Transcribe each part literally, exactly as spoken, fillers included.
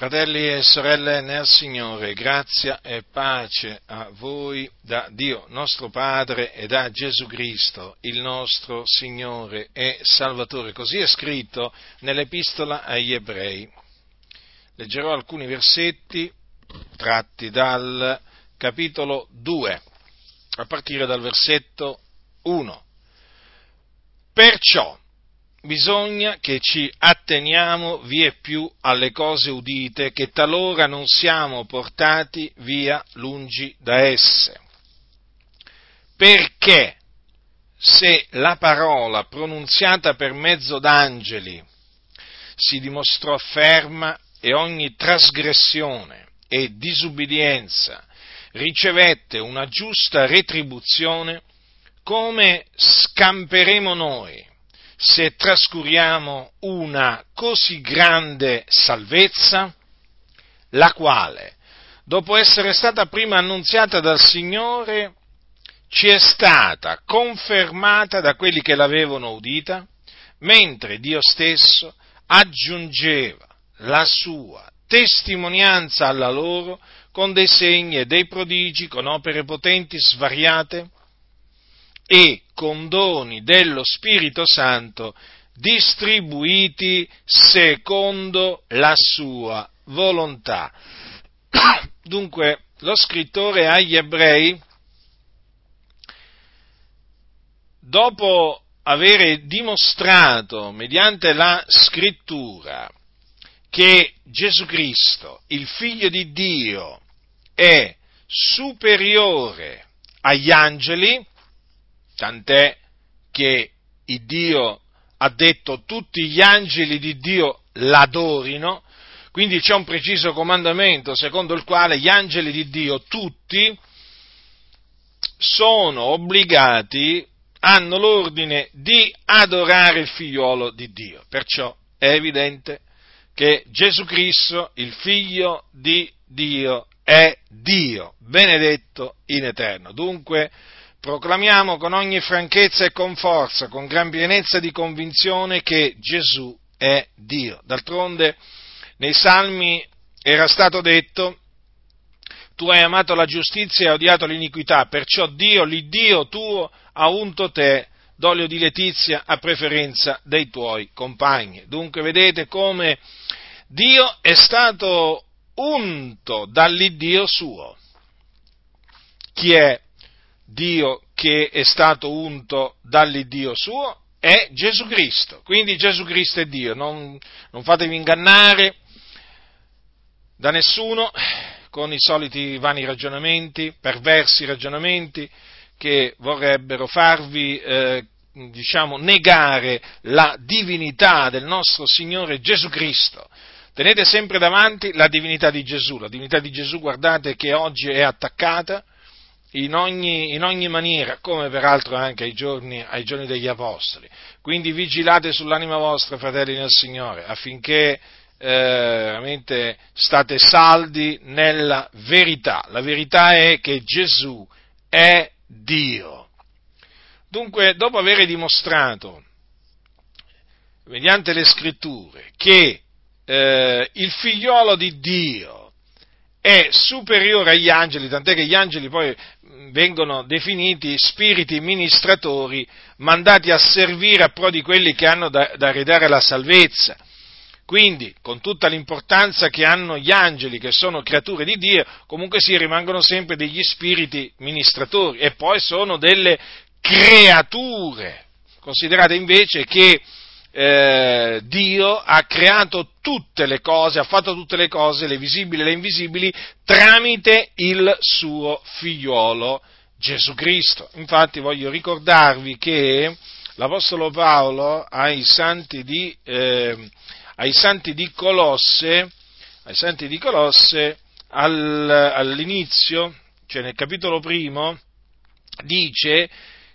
Fratelli e sorelle nel Signore, grazia e pace a voi da Dio nostro Padre e da Gesù Cristo, il nostro Signore e Salvatore. Così è scritto nell'Epistola agli Ebrei. Leggerò alcuni versetti tratti dal capitolo due, a partire dal versetto uno. Perciò bisogna che ci atteniamo vie più alle cose udite, che talora non siamo portati via lungi da esse. Perché se la parola pronunziata per mezzo d'angeli si dimostrò ferma e ogni trasgressione e disubbidienza ricevette una giusta retribuzione, come scamperemo noi se trascuriamo una così grande salvezza, la quale, dopo essere stata prima annunziata dal Signore, ci è stata confermata da quelli che l'avevano udita, mentre Dio stesso aggiungeva la sua testimonianza alla loro con dei segni e dei prodigi, con opere potenti svariate e con doni dello Spirito Santo distribuiti secondo la sua volontà. Dunque, lo scrittore agli Ebrei, dopo avere dimostrato mediante la Scrittura che Gesù Cristo, il Figlio di Dio, è superiore agli angeli, tant'è che il Dio ha detto tutti gli angeli di Dio l'adorino, quindi c'è un preciso comandamento secondo il quale gli angeli di Dio tutti sono obbligati, hanno l'ordine di adorare il figliuolo di Dio. Perciò è evidente che Gesù Cristo, il Figlio di Dio, è Dio, benedetto in eterno. Dunque, proclamiamo con ogni franchezza e con forza, con gran pienezza di convinzione, che Gesù è Dio. D'altronde, nei Salmi era stato detto: tu hai amato la giustizia e hai odiato l'iniquità, perciò Dio, l'Iddio tuo, ha unto te d'olio di letizia a preferenza dei tuoi compagni. Dunque vedete come Dio è stato unto dall'Iddio suo. Chi è Dio che è stato unto dall'Iddio suo? È Gesù Cristo. Quindi Gesù Cristo è Dio. Non, non fatevi ingannare da nessuno con i soliti vani ragionamenti, perversi ragionamenti che vorrebbero farvi, eh, diciamo, negare la divinità del nostro Signore Gesù Cristo. Tenete sempre davanti la divinità di Gesù. La divinità di Gesù, guardate che oggi è attaccata in ogni, in ogni maniera, come peraltro anche ai giorni, ai giorni degli Apostoli. Quindi vigilate sull'anima vostra, fratelli nel Signore, affinché eh, veramente state saldi nella verità. La verità è che Gesù è Dio. Dunque, dopo aver dimostrato, mediante le Scritture, che eh, il figliolo di Dio è superiore agli angeli, tant'è che gli angeli poi vengono definiti spiriti ministratori mandati a servire a pro di quelli che hanno da, da ridare la salvezza. Quindi, con tutta l'importanza che hanno gli angeli, che sono creature di Dio, comunque sì, rimangono sempre degli spiriti ministratori e poi sono delle creature. Considerate invece che eh, Dio ha creato tutte le cose, ha fatto tutte le cose, le visibili e le invisibili, tramite il suo figliuolo Gesù Cristo. Infatti voglio ricordarvi che l'Apostolo Paolo ai santi di, eh, ai santi di Colosse, ai santi di Colosse al, all'inizio, cioè nel capitolo primo, dice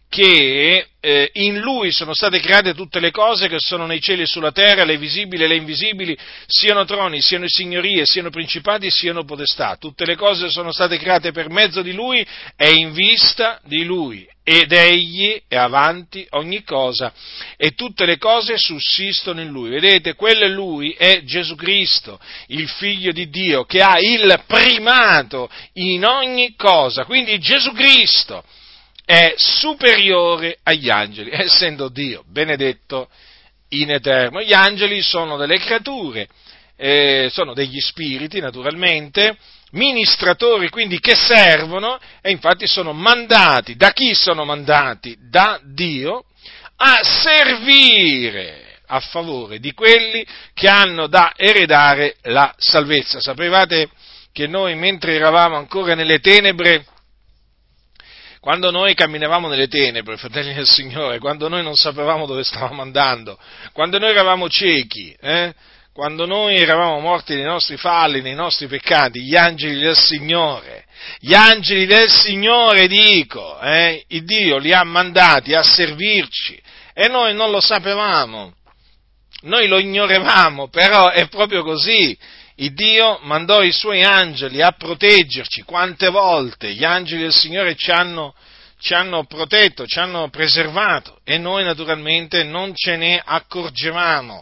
che eh, in Lui sono state create tutte le cose che sono nei cieli e sulla terra, le visibili e le invisibili, siano troni, siano signorie, siano principati, siano potestà. Tutte le cose sono state create per mezzo di Lui e in vista di Lui, ed Egli è avanti ogni cosa, e tutte le cose sussistono in Lui. Vedete, quello è Lui, è Gesù Cristo, il Figlio di Dio, che ha il primato in ogni cosa. Quindi Gesù Cristo è superiore agli angeli, essendo Dio benedetto in eterno. Gli angeli sono delle creature, eh, sono degli spiriti naturalmente, ministratori quindi che servono, e infatti sono mandati. Da chi sono mandati? Da Dio, a servire a favore di quelli che hanno da eredare la salvezza. Sapevate che noi, mentre eravamo ancora nelle tenebre, quando noi camminavamo nelle tenebre, fratelli del Signore, quando noi non sapevamo dove stavamo andando, quando noi eravamo ciechi, eh, quando noi eravamo morti nei nostri falli, nei nostri peccati, gli angeli del Signore, gli angeli del Signore, dico, eh, il Dio li ha mandati a servirci e noi non lo sapevamo, noi lo ignoravamo, però è proprio così. Il Dio mandò i suoi angeli a proteggerci. Quante volte gli angeli del Signore ci hanno, ci hanno protetto, ci hanno preservato, e noi naturalmente non ce ne accorgevamo.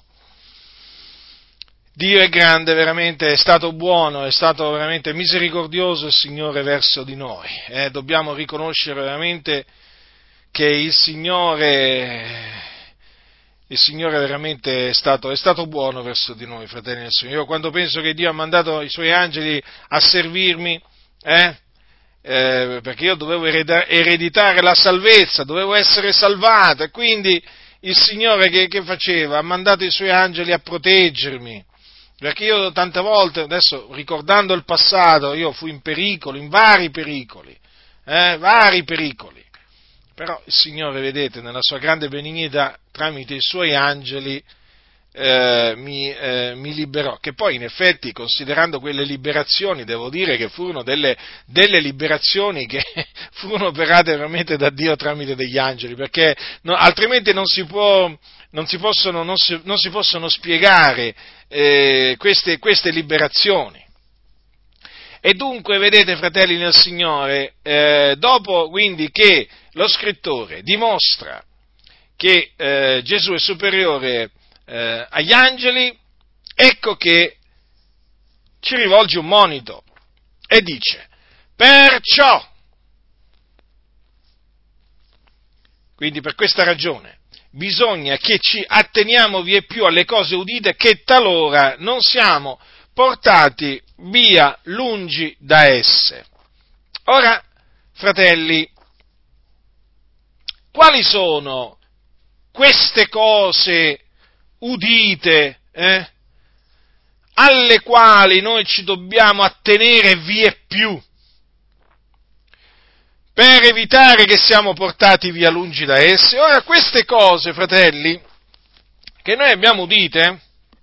Dio è grande, veramente, è stato buono, è stato veramente misericordioso il Signore verso di noi. Eh, dobbiamo riconoscere veramente che il Signore... Il Signore veramente è stato, è stato buono verso di noi, fratelli del Signore. Io quando penso che Dio ha mandato i Suoi angeli a servirmi, eh, eh, perché io dovevo ereditare la salvezza, dovevo essere salvato, e quindi il Signore che, che faceva? Ha mandato i Suoi angeli a proteggermi, perché io tante volte, adesso ricordando il passato, io fui in pericolo, in vari pericoli, eh, vari pericoli. Però il Signore, vedete, nella sua grande benignità, tramite i Suoi angeli, eh, mi, eh, mi liberò. Che poi, in effetti, considerando quelle liberazioni, devo dire che furono delle, delle liberazioni che furono operate veramente da Dio tramite degli angeli, perché no, altrimenti non si può, non si possono, non si, non si possono spiegare eh, queste, queste liberazioni. E dunque, vedete, fratelli nel Signore, eh, dopo quindi che lo scrittore dimostra che eh, Gesù è superiore eh, agli angeli, ecco che ci rivolge un monito e dice: perciò, quindi per questa ragione, bisogna che ci atteniamo vie più alle cose udite, che talora non siamo portati via lungi da esse. Ora, fratelli, quali sono queste cose udite, eh, alle quali noi ci dobbiamo attenere vie più, per evitare che siamo portati via lungi da esse? Ora, queste cose, fratelli, che noi abbiamo udite,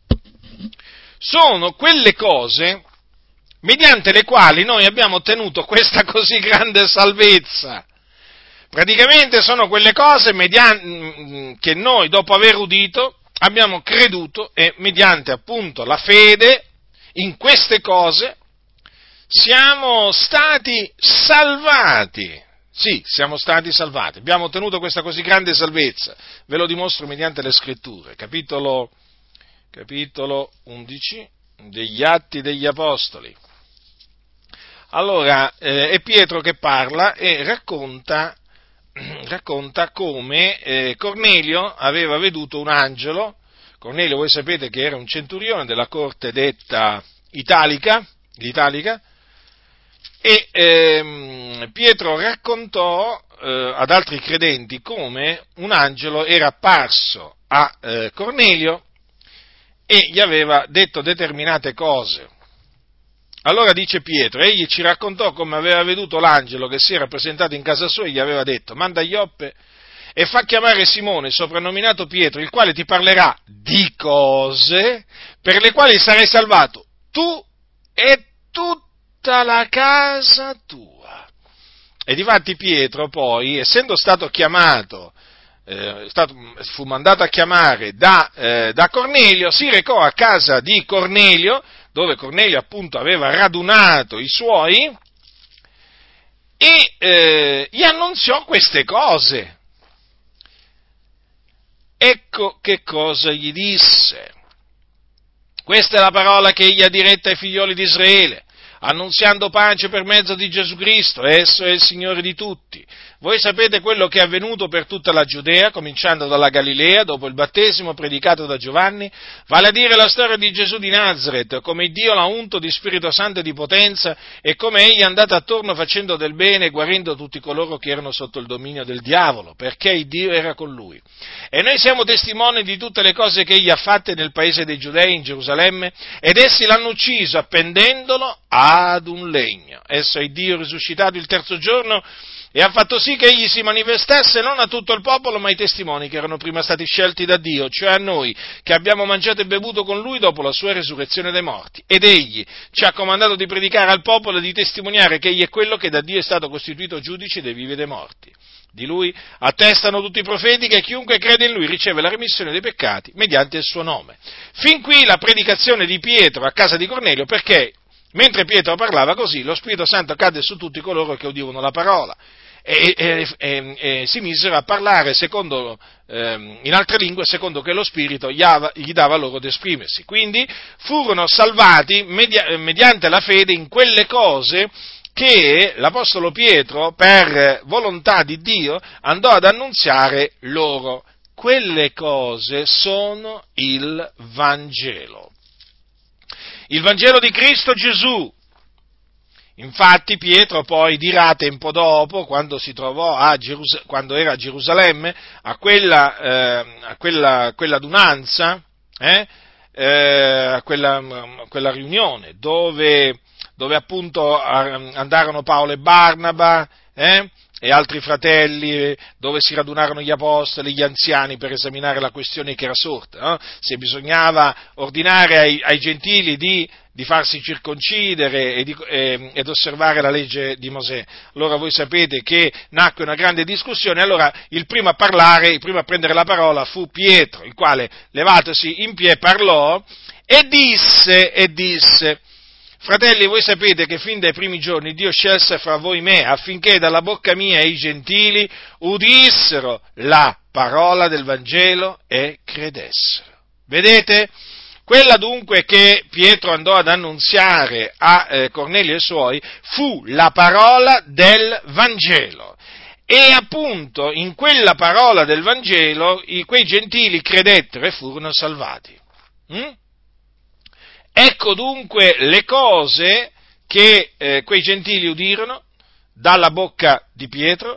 sono quelle cose mediante le quali noi abbiamo ottenuto questa così grande salvezza. Praticamente sono quelle cose mediante, che noi, dopo aver udito, abbiamo creduto, e mediante appunto la fede in queste cose siamo stati salvati. Sì, siamo stati salvati. Abbiamo ottenuto questa così grande salvezza. Ve lo dimostro mediante le Scritture. Capitolo, capitolo undici degli Atti degli Apostoli. Allora, eh, è Pietro che parla e racconta, racconta come eh, Cornelio aveva veduto un angelo. Cornelio, voi sapete che era un centurione della corte detta Italica, l'Italica, e ehm, Pietro raccontò eh, ad altri credenti come un angelo era apparso a eh, Cornelio e gli aveva detto determinate cose. Allora dice Pietro: egli ci raccontò come aveva veduto l'angelo che si era presentato in casa sua e gli aveva detto: manda a Ioppe e fa chiamare Simone, soprannominato Pietro, il quale ti parlerà di cose per le quali sarai salvato tu e tutta la casa tua. e difatti Pietro poi, essendo stato chiamato, eh, stato, fu mandato a chiamare da, eh, da Cornelio, si recò a casa di Cornelio, dove Cornelio appunto aveva radunato i suoi, e eh, gli annunziò queste cose. Ecco che cosa gli disse. Questa è la parola che egli ha diretta ai figlioli di Israele, annunziando pace per mezzo di Gesù Cristo, esso è il Signore di tutti. Voi sapete quello che è avvenuto per tutta la Giudea, cominciando dalla Galilea, dopo il battesimo predicato da Giovanni, vale a dire la storia di Gesù di Nazaret, come Dio l'ha unto di Spirito Santo e di potenza, e come egli è andato attorno facendo del bene e guarendo tutti coloro che erano sotto il dominio del diavolo, perché Dio era con lui. E noi siamo testimoni di tutte le cose che egli ha fatte nel paese dei Giudei, in Gerusalemme, ed essi l'hanno ucciso appendendolo ad un legno. Esso è Dio risuscitato il terzo giorno, e ha fatto sì che egli si manifestasse non a tutto il popolo, ma ai testimoni che erano prima stati scelti da Dio, cioè a noi, che abbiamo mangiato e bevuto con lui dopo la sua resurrezione dai morti. Ed egli ci ha comandato di predicare al popolo e di testimoniare che egli è quello che da Dio è stato costituito giudice dei vivi e dei morti. Di lui attestano tutti i profeti che chiunque crede in lui riceve la remissione dei peccati mediante il suo nome. Fin qui la predicazione di Pietro a casa di Cornelio, perché mentre Pietro parlava così, lo Spirito Santo cadde su tutti coloro che udivano la parola. E, e, e, e si misero a parlare secondo, eh, in altre lingue secondo che lo Spirito gli, ava, gli dava loro ad esprimersi. Quindi furono salvati media, mediante la fede in quelle cose che l'Apostolo Pietro, per volontà di Dio, andò ad annunziare loro. Quelle cose sono il Vangelo. Il Vangelo di Cristo Gesù. Infatti Pietro poi dirà tempo dopo, quando si trovò a Gerus- quando era a Gerusalemme, a quella, eh, a quella, quella adunanza, eh, eh, a quella, a quella riunione, dove, dove appunto andarono Paolo e Barnaba, eh, e altri fratelli, dove si radunarono gli apostoli, gli anziani, per esaminare la questione che era sorta, no? Se bisognava ordinare ai, ai gentili di, di farsi circoncidere e di, eh, ed osservare la legge di Mosè. Allora voi sapete che nacque una grande discussione, allora il primo a parlare, il primo a prendere la parola fu Pietro, il quale, levatosi in piedi, parlò e disse, e disse, fratelli, voi sapete che fin dai primi giorni Dio scelse fra voi me, affinché dalla bocca mia i gentili udissero la parola del Vangelo e credessero. Vedete? Quella dunque che Pietro andò ad annunziare a eh, Cornelio e i suoi fu la parola del Vangelo. E appunto in quella parola del Vangelo i, quei gentili credettero e furono salvati. Mm? Ecco dunque le cose che eh, quei gentili udirono dalla bocca di Pietro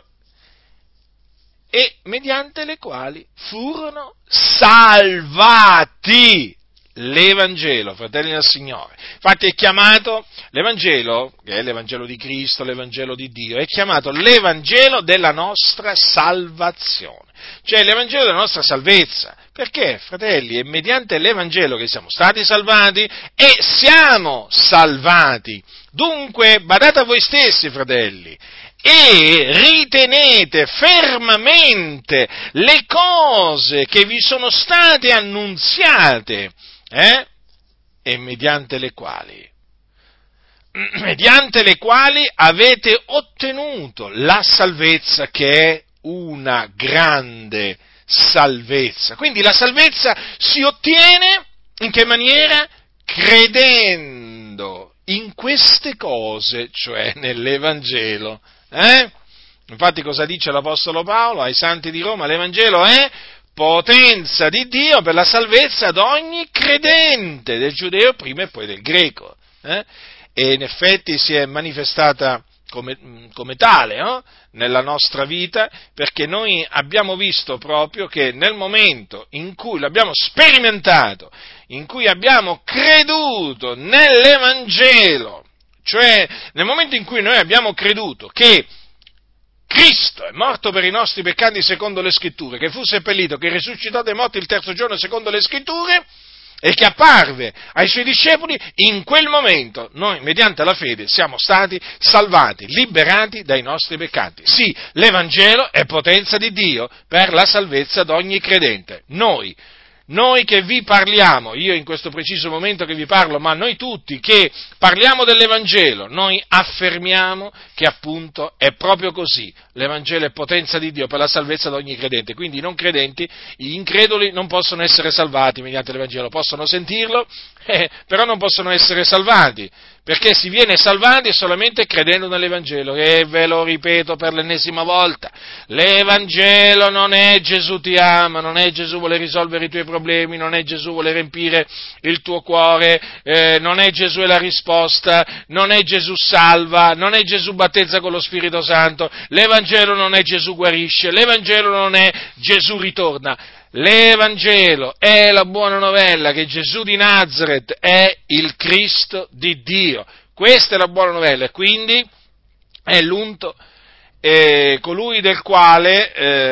e mediante le quali furono salvati. L'Evangelo, fratelli del Signore. Infatti è chiamato l'Evangelo, che è l'Evangelo di Cristo, l'Evangelo di Dio, è chiamato l'Evangelo della nostra salvazione, cioè l'Evangelo della nostra salvezza. Perché, fratelli, è mediante l'Evangelo che siamo stati salvati e siamo salvati. Dunque, badate a voi stessi, fratelli, e ritenete fermamente le cose che vi sono state annunziate, eh? E mediante le quali, mediante le quali avete ottenuto la salvezza, che è una grande salvezza. Quindi la salvezza si ottiene in che maniera? Credendo in queste cose, cioè nell'Evangelo. Eh? Infatti cosa dice l'Apostolo Paolo ai Santi di Roma? L'Evangelo è potenza di Dio per la salvezza ad ogni credente, del giudeo prima e poi del greco. Eh? E in effetti si è manifestata come, come tale, no? Nella nostra vita, perché noi abbiamo visto proprio che nel momento in cui l'abbiamo sperimentato, in cui abbiamo creduto nell'Evangelo, cioè nel momento in cui noi abbiamo creduto che Cristo è morto per i nostri peccati secondo le Scritture, che fu seppellito, che risuscitò dai morti il terzo giorno secondo le Scritture, e che apparve ai suoi discepoli, in quel momento noi, mediante la fede, siamo stati salvati, liberati dai nostri peccati. Sì, l'Evangelo è potenza di Dio per la salvezza di ogni credente. Noi, Noi che vi parliamo, io in questo preciso momento che vi parlo, ma noi tutti che parliamo dell'Evangelo, noi affermiamo che appunto è proprio così. L'Evangelo è potenza di Dio per la salvezza di ogni credente, quindi i non credenti, gli increduli non possono essere salvati mediante l'Evangelo, possono sentirlo, eh, però non possono essere salvati, perché si viene salvati solamente credendo nell'Evangelo, e ve lo ripeto per l'ennesima volta, l'Evangelo non è Gesù ti ama, non è Gesù vuole risolvere i tuoi problemi, non è Gesù vuole riempire il tuo cuore, eh, non è Gesù è la risposta, non è Gesù salva, non è Gesù battezza con lo Spirito Santo, l'Evangelo non è Gesù guarisce, l'Evangelo non è Gesù ritorna. L'Evangelo è la buona novella che Gesù di Nazaret è il Cristo di Dio. Questa è la buona novella e quindi è l'unto, eh, colui del quale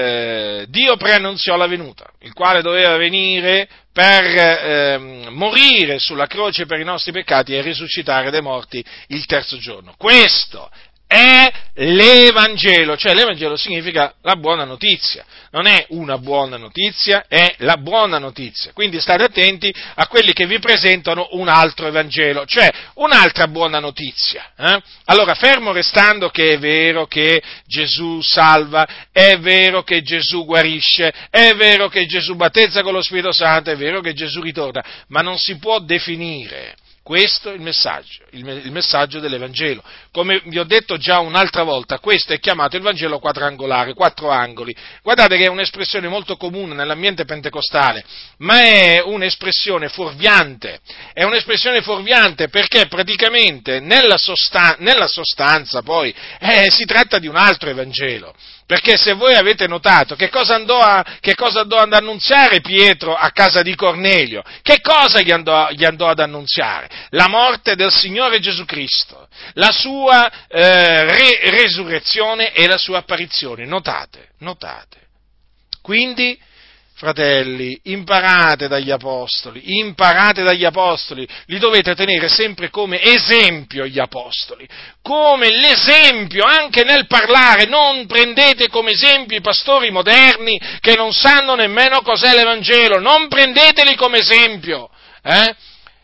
eh, Dio preannunziò la venuta, il quale doveva venire per eh, morire sulla croce per i nostri peccati e risuscitare dai morti il terzo giorno. Questo è l'Evangelo, cioè l'Evangelo significa la buona notizia, non è una buona notizia, è la buona notizia, quindi state attenti a quelli che vi presentano un altro Evangelo, cioè un'altra buona notizia. Eh? Allora, fermo restando che è vero che Gesù salva, è vero che Gesù guarisce, è vero che Gesù battezza con lo Spirito Santo, è vero che Gesù ritorna, ma non si può definire questo è il messaggio, il, il messaggio dell'Evangelo. Come vi ho detto già un'altra volta, questo è chiamato il Vangelo quadrangolare, quattro angoli. Guardate che è un'espressione molto comune nell'ambiente pentecostale, ma è un'espressione fuorviante, è un'espressione fuorviante perché praticamente nella, sostan- nella sostanza poi eh, si tratta di un altro Evangelo. Perché se voi avete notato che cosa andò a, che cosa andò ad annunziare Pietro a casa di Cornelio? Che cosa gli andò, gli andò ad annunziare? La morte del Signore Gesù Cristo, la sua eh, re, resurrezione e la sua apparizione. Notate, notate. Quindi, fratelli, imparate dagli apostoli, imparate dagli apostoli, li dovete tenere sempre come esempio gli apostoli, come l'esempio anche nel parlare, non prendete come esempio i pastori moderni che non sanno nemmeno cos'è l'Evangelo, non prendeteli come esempio, eh?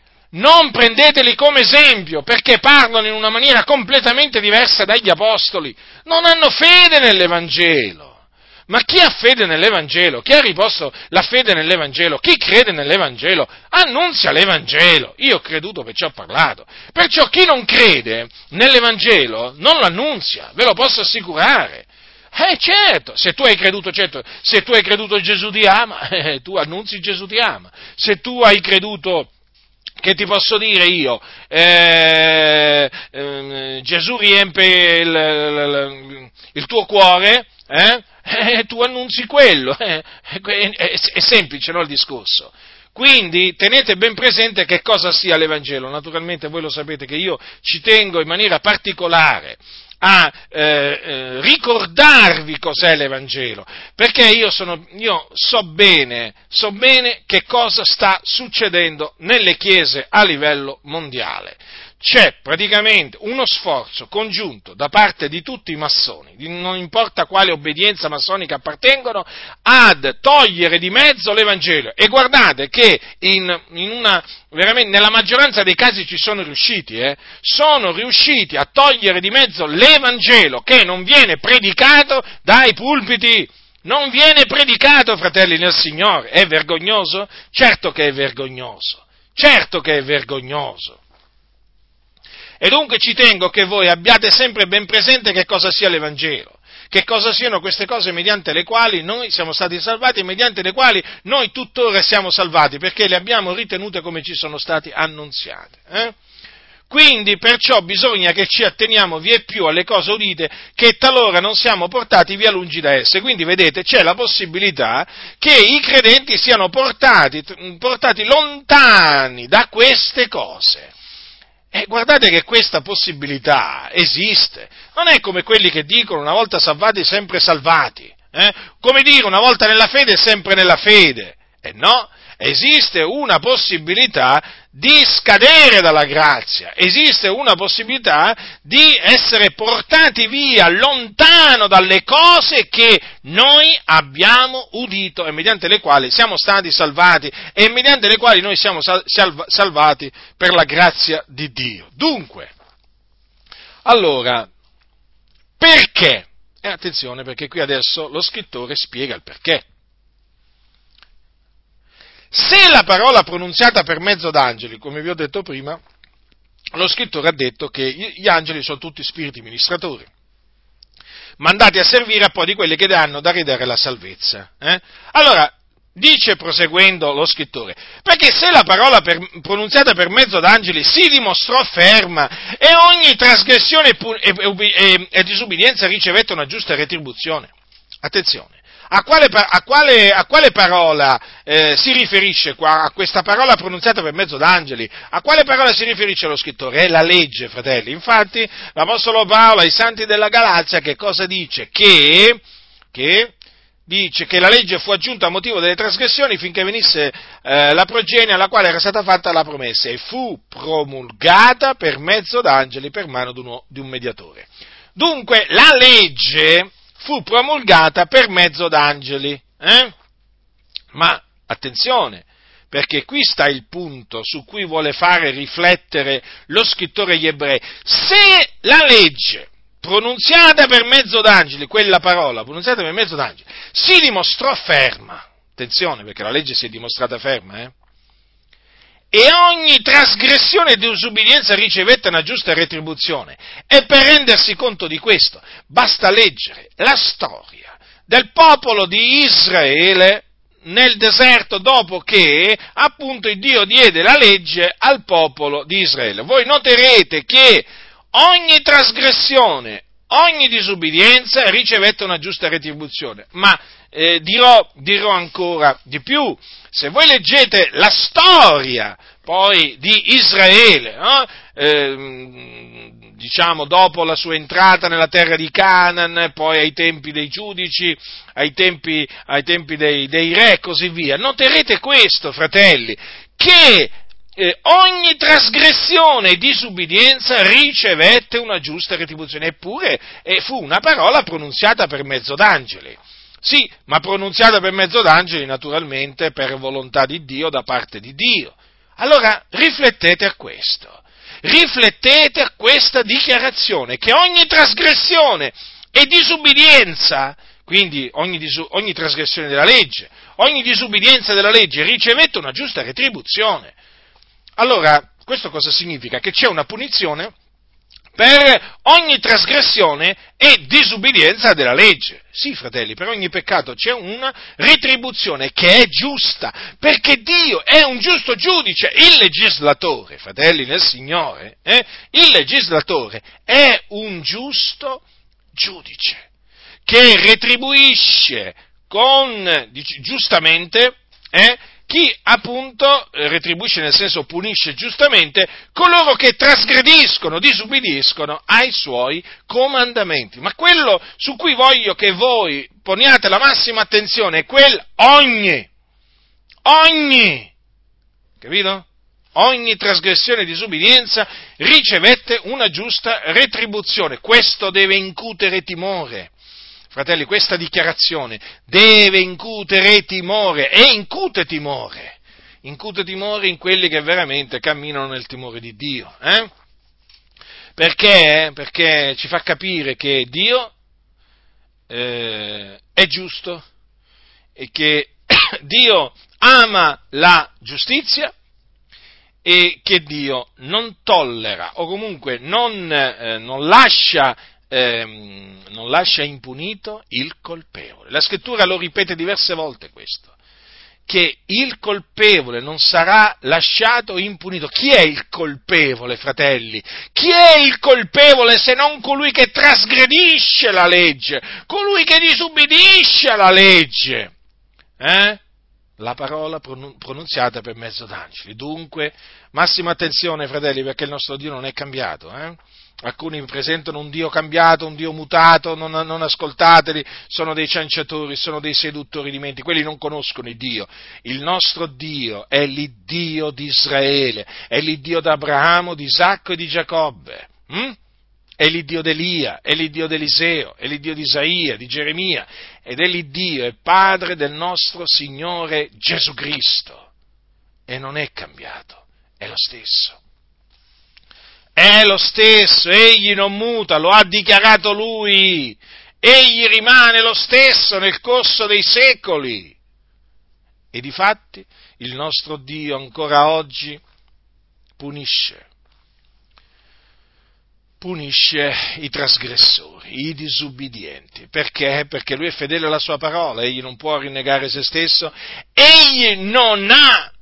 Non prendeteli come esempio, perché parlano in una maniera completamente diversa dagli apostoli, non hanno fede nell'Evangelo. Ma chi ha fede nell'Evangelo, chi ha riposto la fede nell'Evangelo, chi crede nell'Evangelo, annunzia l'Evangelo. Io ho creduto, perciò ho parlato. Perciò chi non crede nell'Evangelo non lo annunzia, ve lo posso assicurare. Eh certo, se tu hai creduto, certo, se tu hai creduto Gesù ti ama, eh, tu annunzi Gesù ti ama. Se tu hai creduto, che ti posso dire io, eh, eh, Gesù riempie il, il, il tuo cuore, eh? Eh, tu annunzi quello, eh, è, è, è semplice, no, il discorso. Quindi tenete ben presente che cosa sia l'Evangelo. Naturalmente voi lo sapete che io ci tengo in maniera particolare a eh, eh, ricordarvi cos'è l'Evangelo, perché io, sono, io so bene, so bene che cosa sta succedendo nelle chiese a livello mondiale. C'è praticamente uno sforzo congiunto da parte di tutti i massoni, non importa quale obbedienza massonica appartengono, ad togliere di mezzo l'Evangelo. E guardate che in, in una, veramente, nella maggioranza dei casi ci sono riusciti, eh? sono riusciti a togliere di mezzo l'Evangelo che non viene predicato dai pulpiti. Non viene predicato, fratelli nel Signore. È vergognoso? Certo che è vergognoso. Certo che è vergognoso. E dunque ci tengo che voi abbiate sempre ben presente che cosa sia l'Evangelo, che cosa siano queste cose mediante le quali noi siamo stati salvati e mediante le quali noi tuttora siamo salvati, perché le abbiamo ritenute come ci sono stati annunziate. Eh? Quindi perciò bisogna che ci atteniamo vie più alle cose udite, che talora non siamo portati via lungi da esse. Quindi vedete, c'è la possibilità che i credenti siano portati, portati lontani da queste cose. E guardate che questa possibilità esiste, non è come quelli che dicono una volta salvati sempre salvati, eh? Come dire una volta nella fede sempre nella fede, e no, esiste una possibilità di scadere dalla grazia, esiste una possibilità di essere portati via lontano dalle cose che noi abbiamo udito e mediante le quali siamo stati salvati e mediante le quali noi siamo sal- salv- salvati per la grazia di Dio. Dunque, allora, perché? E attenzione, perché qui adesso lo scrittore spiega il perché. Se la parola pronunziata per mezzo d'angeli, come vi ho detto prima, lo scrittore ha detto che gli angeli sono tutti spiriti ministratori, mandati a servire a po' di quelli che hanno da ridare la salvezza. Eh? Allora, dice proseguendo lo scrittore, perché se la parola per, pronunziata per mezzo d'angeli si dimostrò ferma e ogni trasgressione e, e, e, e disubbidienza ricevette una giusta retribuzione, attenzione, a quale, a quale, a quale parola eh, si riferisce qua, a questa parola pronunziata per mezzo d'angeli? A quale parola si riferisce lo scrittore? È la legge, fratelli. Infatti, l'Apostolo Paolo ai santi della Galazia che cosa dice? Che, che dice che la legge fu aggiunta a motivo delle trasgressioni finché venisse eh, la progenie alla quale era stata fatta la promessa e fu promulgata per mezzo d'angeli per mano di, uno, di un mediatore. Dunque, la legge fu promulgata per mezzo d'angeli, eh? Ma attenzione, perché qui sta il punto su cui vuole fare riflettere lo scrittore agli ebrei. Se la legge pronunziata per mezzo d'angeli, quella parola pronunziata per mezzo d'angeli, si dimostrò ferma, attenzione perché la legge si è dimostrata ferma, eh? E ogni trasgressione e disubbidienza ricevette una giusta retribuzione. E per rendersi conto di questo, basta leggere la storia del popolo di Israele nel deserto dopo che, appunto, il Dio diede la legge al popolo di Israele. Voi noterete che ogni trasgressione, ogni disubbidienza ricevette una giusta retribuzione. Ma eh, dirò, dirò ancora di più. Se voi leggete la storia poi di Israele, no? eh, diciamo dopo la sua entrata nella terra di Canaan, poi ai tempi dei giudici, ai tempi, ai tempi dei, dei re e così via, noterete questo, fratelli, che eh, ogni trasgressione e disubbidienza ricevette una giusta retribuzione, eppure eh, fu una parola pronunziata per mezzo d'angeli. Sì, ma pronunziata per mezzo d'angeli, naturalmente, per volontà di Dio, da parte di Dio. Allora, riflettete a questo. Riflettete a questa dichiarazione, che ogni trasgressione e disubbidienza, quindi ogni, disu- ogni trasgressione della legge, ogni disubbidienza della legge, ricevette una giusta retribuzione. Allora, questo cosa significa? Che c'è una punizione per ogni trasgressione e disubbidienza della legge. Sì, fratelli, per ogni peccato c'è una retribuzione che è giusta, perché Dio è un giusto giudice, il legislatore, fratelli nel Signore, eh, il legislatore è un giusto giudice, che retribuisce con, dic- giustamente, eh, chi appunto retribuisce, nel senso punisce giustamente, coloro che trasgrediscono, disubbidiscono ai suoi comandamenti. Ma quello su cui voglio che voi poniate la massima attenzione è quel ogni, ogni, capito? Ogni trasgressione e disubbidienza ricevette una giusta retribuzione. Questo deve incutere timore. Fratelli, questa dichiarazione deve incutere timore, e incute timore, incute timore in quelli che veramente camminano nel timore di Dio, eh? Perché? Perché ci fa capire che Dio eh, è giusto e che Dio ama la giustizia e che Dio non tollera o comunque non, eh, non lascia Ehm, non lascia impunito il colpevole. La scrittura lo ripete diverse volte questo, che il colpevole non sarà lasciato impunito. Chi è il colpevole, fratelli? Chi è il colpevole se non colui che trasgredisce la legge, colui che disubbidisce alla legge? Eh? La parola pronunziata per mezzo d'angeli. Dunque, massima attenzione, fratelli, perché il nostro Dio non è cambiato, eh? Alcuni presentano un Dio cambiato, un Dio mutato, non, non ascoltateli, sono dei cianciatori, sono dei seduttori di menti, quelli non conoscono il Dio. Il nostro Dio è l'Iddio di Israele, è l'Iddio di Abramo, di Isacco e di Giacobbe, hm? È l'Iddio di Elia, è l'Iddio di Eliseo, è l'Iddio di Isaia, di Geremia, ed è l'Iddio e Padre del nostro Signore Gesù Cristo, e non è cambiato, è lo stesso. È lo stesso, egli non muta, lo ha dichiarato lui, egli rimane lo stesso nel corso dei secoli. E difatti il nostro Dio ancora oggi punisce, punisce i trasgressori, i disubbidienti. Perché? Perché lui è fedele alla sua parola, egli non può rinnegare se stesso, egli non ha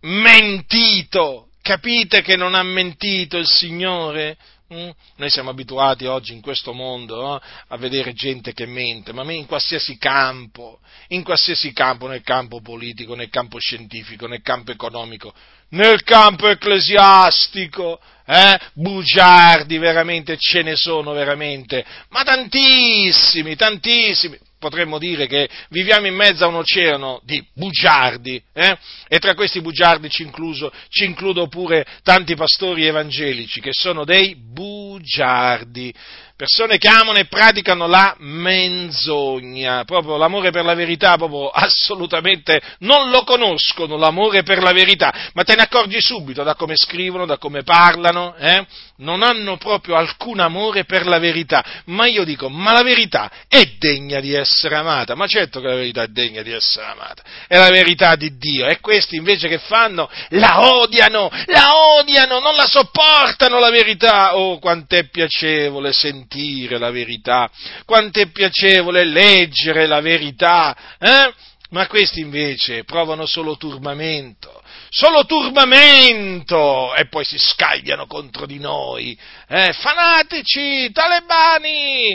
mentito. Capite che non ha mentito il Signore? Mm? Noi siamo abituati oggi in questo mondo no? a vedere gente che mente, ma in qualsiasi campo, in qualsiasi campo, nel campo politico, nel campo scientifico, nel campo economico, nel campo ecclesiastico, eh? bugiardi veramente, ce ne sono veramente, ma tantissimi, tantissimi. Potremmo dire che viviamo in mezzo a un oceano di bugiardi, eh? E tra questi bugiardi ci, incluso, ci includo pure tanti pastori evangelici che sono dei bugiardi, persone che amano e praticano la menzogna, proprio l'amore per la verità, proprio assolutamente non lo conoscono l'amore per la verità, ma te ne accorgi subito da come scrivono, da come parlano, eh? Non hanno proprio alcun amore per la verità, ma io dico, ma la verità è degna di essere amata, ma certo che la verità è degna di essere amata, è la verità di Dio, e questi invece che fanno? La odiano, la odiano, non la sopportano la verità, oh quant'è piacevole sentire la verità, quanto è piacevole leggere la verità, eh? Ma questi invece provano solo turbamento, solo turbamento, e poi si scagliano contro di noi, eh? Fanatici, talebani,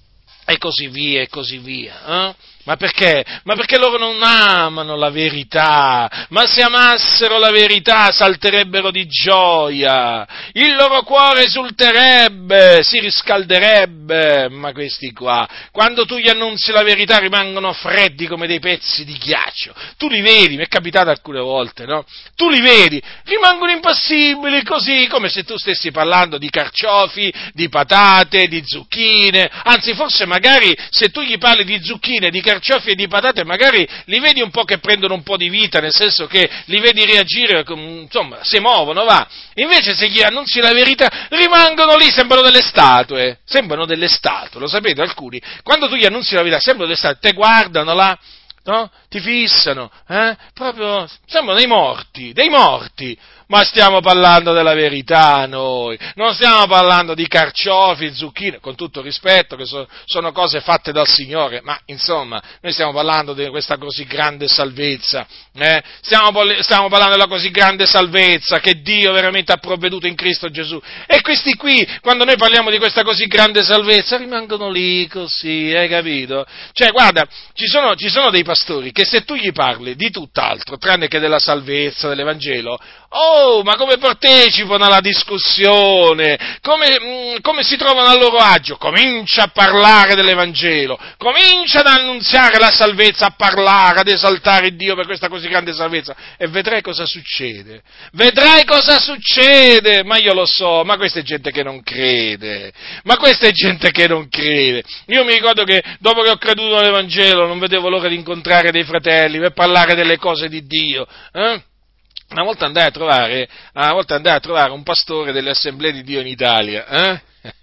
e così via, e così via, eh? Ma perché? Ma perché loro non amano la verità, ma se amassero la verità salterebbero di gioia, il loro cuore esulterebbe, si riscalderebbe, ma questi qua, quando tu gli annunzi la verità rimangono freddi come dei pezzi di ghiaccio, tu li vedi, mi è capitato alcune volte, no? Tu li vedi, rimangono impassibili così, come se tu stessi parlando di carciofi, di patate, di zucchine, anzi forse magari se tu gli parli di zucchine, di carciofi e di patate, magari li vedi un po' che prendono un po' di vita, nel senso che li vedi reagire, insomma, si muovono, va. Invece se gli annunzi la verità, rimangono lì, sembrano delle statue, sembrano delle statue, lo sapete alcuni? Quando tu gli annunzi la verità, sembrano delle statue, te guardano là, no? Ti fissano, eh? Proprio, sembrano dei morti, dei morti. Ma stiamo parlando della verità noi, non stiamo parlando di carciofi, zucchine, con tutto rispetto, che so, sono cose fatte dal Signore, ma insomma, noi stiamo parlando di questa così grande salvezza, eh? stiamo, stiamo parlando della così grande salvezza che Dio veramente ha provveduto in Cristo Gesù, e questi qui, quando noi parliamo di questa così grande salvezza, rimangono lì così, hai capito? Cioè, guarda, ci sono, ci sono dei pastori che se tu gli parli di tutt'altro, tranne che della salvezza, dell'Evangelo, oh, ma come partecipano alla discussione, come, mh, come si trovano a loro agio? Comincia a parlare dell'Evangelo, comincia ad annunziare la salvezza, a parlare, ad esaltare Dio per questa così grande salvezza, e vedrai cosa succede, vedrai cosa succede, ma io lo so, ma questa è gente che non crede, ma questa è gente che non crede. Io mi ricordo che dopo che ho creduto nell'Evangelo non vedevo l'ora di incontrare dei fratelli per parlare delle cose di Dio, eh? Una volta andai a trovare, una volta andai a trovare un pastore delle Assemblee di Dio in Italia, eh?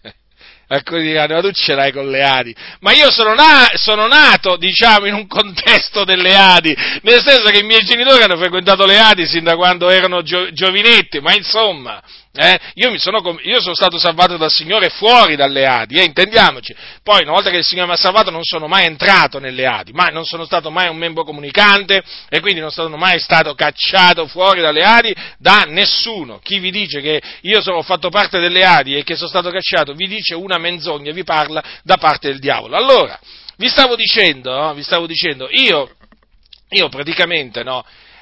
Alcuni diranno, ma tu ce l'hai con le Adi, ma io sono, na- sono nato, diciamo, in un contesto delle Adi, nel senso che i miei genitori hanno frequentato le Adi sin da quando erano gio- giovinetti, ma insomma, eh, io, mi sono, io sono stato salvato dal Signore fuori dalle Adi, eh, intendiamoci. Poi, una volta che il Signore mi ha salvato, non sono mai entrato nelle Adi, ma non sono stato mai un membro comunicante, e quindi non sono mai stato cacciato fuori dalle Adi da nessuno. Chi vi dice che io sono fatto parte delle Adi e che sono stato cacciato, vi dice una menzogna, vi parla da parte del diavolo. Allora, vi stavo dicendo, no? vi stavo dicendo, io, io praticamente, no,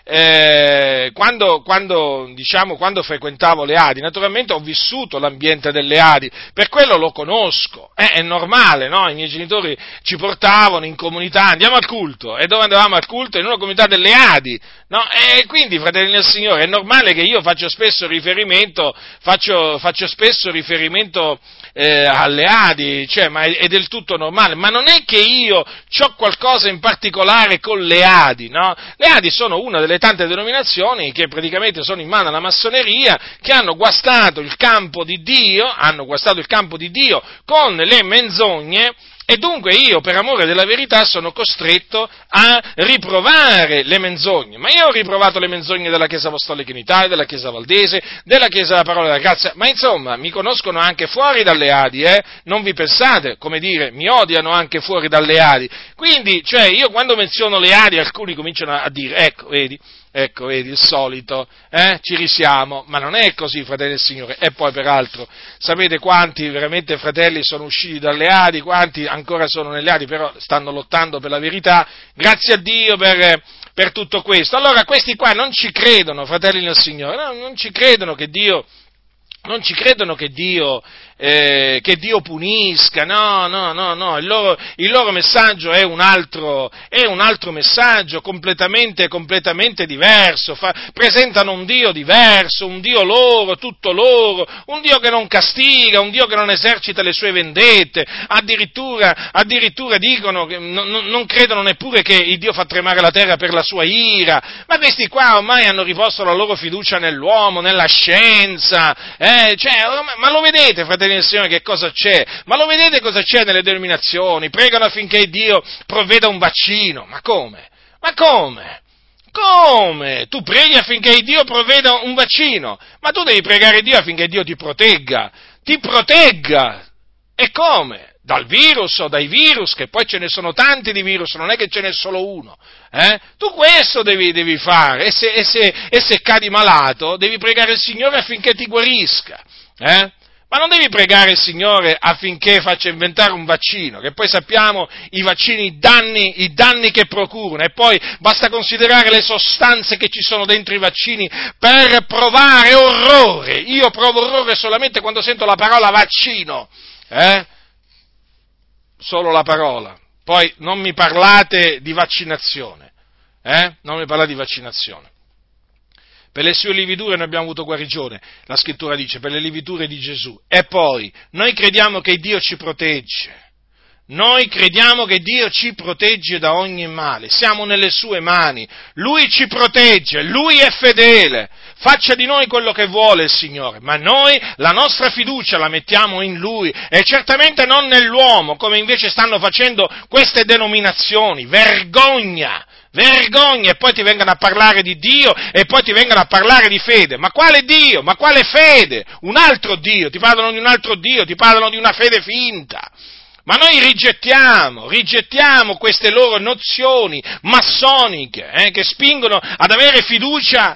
eh, quando, quando, diciamo, quando frequentavo le Adi, naturalmente ho vissuto l'ambiente delle Adi, per quello lo conosco, eh, è normale, no? I miei genitori ci portavano in comunità, andiamo al culto, e dove andavamo al culto? In una comunità delle Adi, no? E quindi, fratelli del Signore, è normale che io faccio spesso riferimento, faccio, faccio spesso riferimento eh, alle Adi, cioè, ma è, è del tutto normale, ma non è che io ho qualcosa in particolare con le Adi, no? Le Adi sono una delle tante denominazioni che praticamente sono in mano alla massoneria, che hanno guastato il campo di Dio, hanno guastato il campo di Dio con le menzogne. E dunque io, per amore della verità, sono costretto a riprovare le menzogne. Ma io ho riprovato le menzogne della Chiesa Apostolica in Italia, della Chiesa Valdese, della Chiesa della Parola della Grazia, ma insomma, mi conoscono anche fuori dalle Adi, eh? Non vi pensate, come dire, mi odiano anche fuori dalle Adi. Quindi, cioè, io quando menziono le Adi, alcuni cominciano a dire, ecco, vedi, Ecco, vedi, il solito, eh? Ci risiamo, ma non è così, fratelli del Signore. E poi, peraltro, sapete quanti veramente fratelli sono usciti dalle Adi, quanti ancora sono nelle Adi, però stanno lottando per la verità, grazie a Dio per, per tutto questo. Allora, questi qua non ci credono, fratelli del Signore, no, non ci credono che Dio... Non ci credono che Dio, eh, che Dio punisca, no, no, no, no, il loro, il loro messaggio è un altro, è un altro messaggio completamente, completamente diverso, fa, presentano un Dio diverso, un Dio loro, tutto loro, un Dio che non castiga, un Dio che non esercita le sue vendette, addirittura, addirittura dicono che non, non credono neppure che il Dio fa tremare la terra per la sua ira, ma questi qua ormai hanno riposto la loro fiducia nell'uomo, nella scienza, eh, Eh, cioè, ma lo vedete, fratelli del Signore, che cosa c'è? Ma lo vedete cosa c'è nelle denominazioni? Pregano affinché Dio provveda un vaccino. Ma come? Ma come? Come? Tu preghi affinché Dio provveda un vaccino? Ma tu devi pregare Dio affinché Dio ti protegga. Ti protegga! E come? Dal virus o dai virus, che poi ce ne sono tanti di virus, non è che ce n'è solo uno. Eh? Tu questo devi, devi fare, e se, e, se, e se cadi malato, devi pregare il Signore affinché ti guarisca. Eh? Ma non devi pregare il Signore affinché faccia inventare un vaccino, che poi sappiamo i vaccini, i danni, i danni che procurano, e poi basta considerare le sostanze che ci sono dentro i vaccini per provare orrore. Io provo orrore solamente quando sento la parola vaccino, eh? Solo la parola. Poi non mi parlate di vaccinazione, eh? Non mi parlate di vaccinazione. Per le sue lividure noi abbiamo avuto guarigione, la scrittura dice, per le lividure di Gesù. E poi, noi crediamo che Dio ci protegge. Noi crediamo che Dio ci protegge da ogni male, siamo nelle sue mani, Lui ci protegge, Lui è fedele, faccia di noi quello che vuole il Signore, ma noi la nostra fiducia la mettiamo in Lui e certamente non nell'uomo, come invece stanno facendo queste denominazioni. Vergogna! Vergogna, e poi ti vengono a parlare di Dio e poi ti vengono a parlare di fede. Ma quale Dio? Ma quale fede? Un altro Dio, ti parlano di un altro Dio, ti parlano di una fede finta. Ma noi rigettiamo, rigettiamo queste loro nozioni massoniche, eh, che spingono ad avere fiducia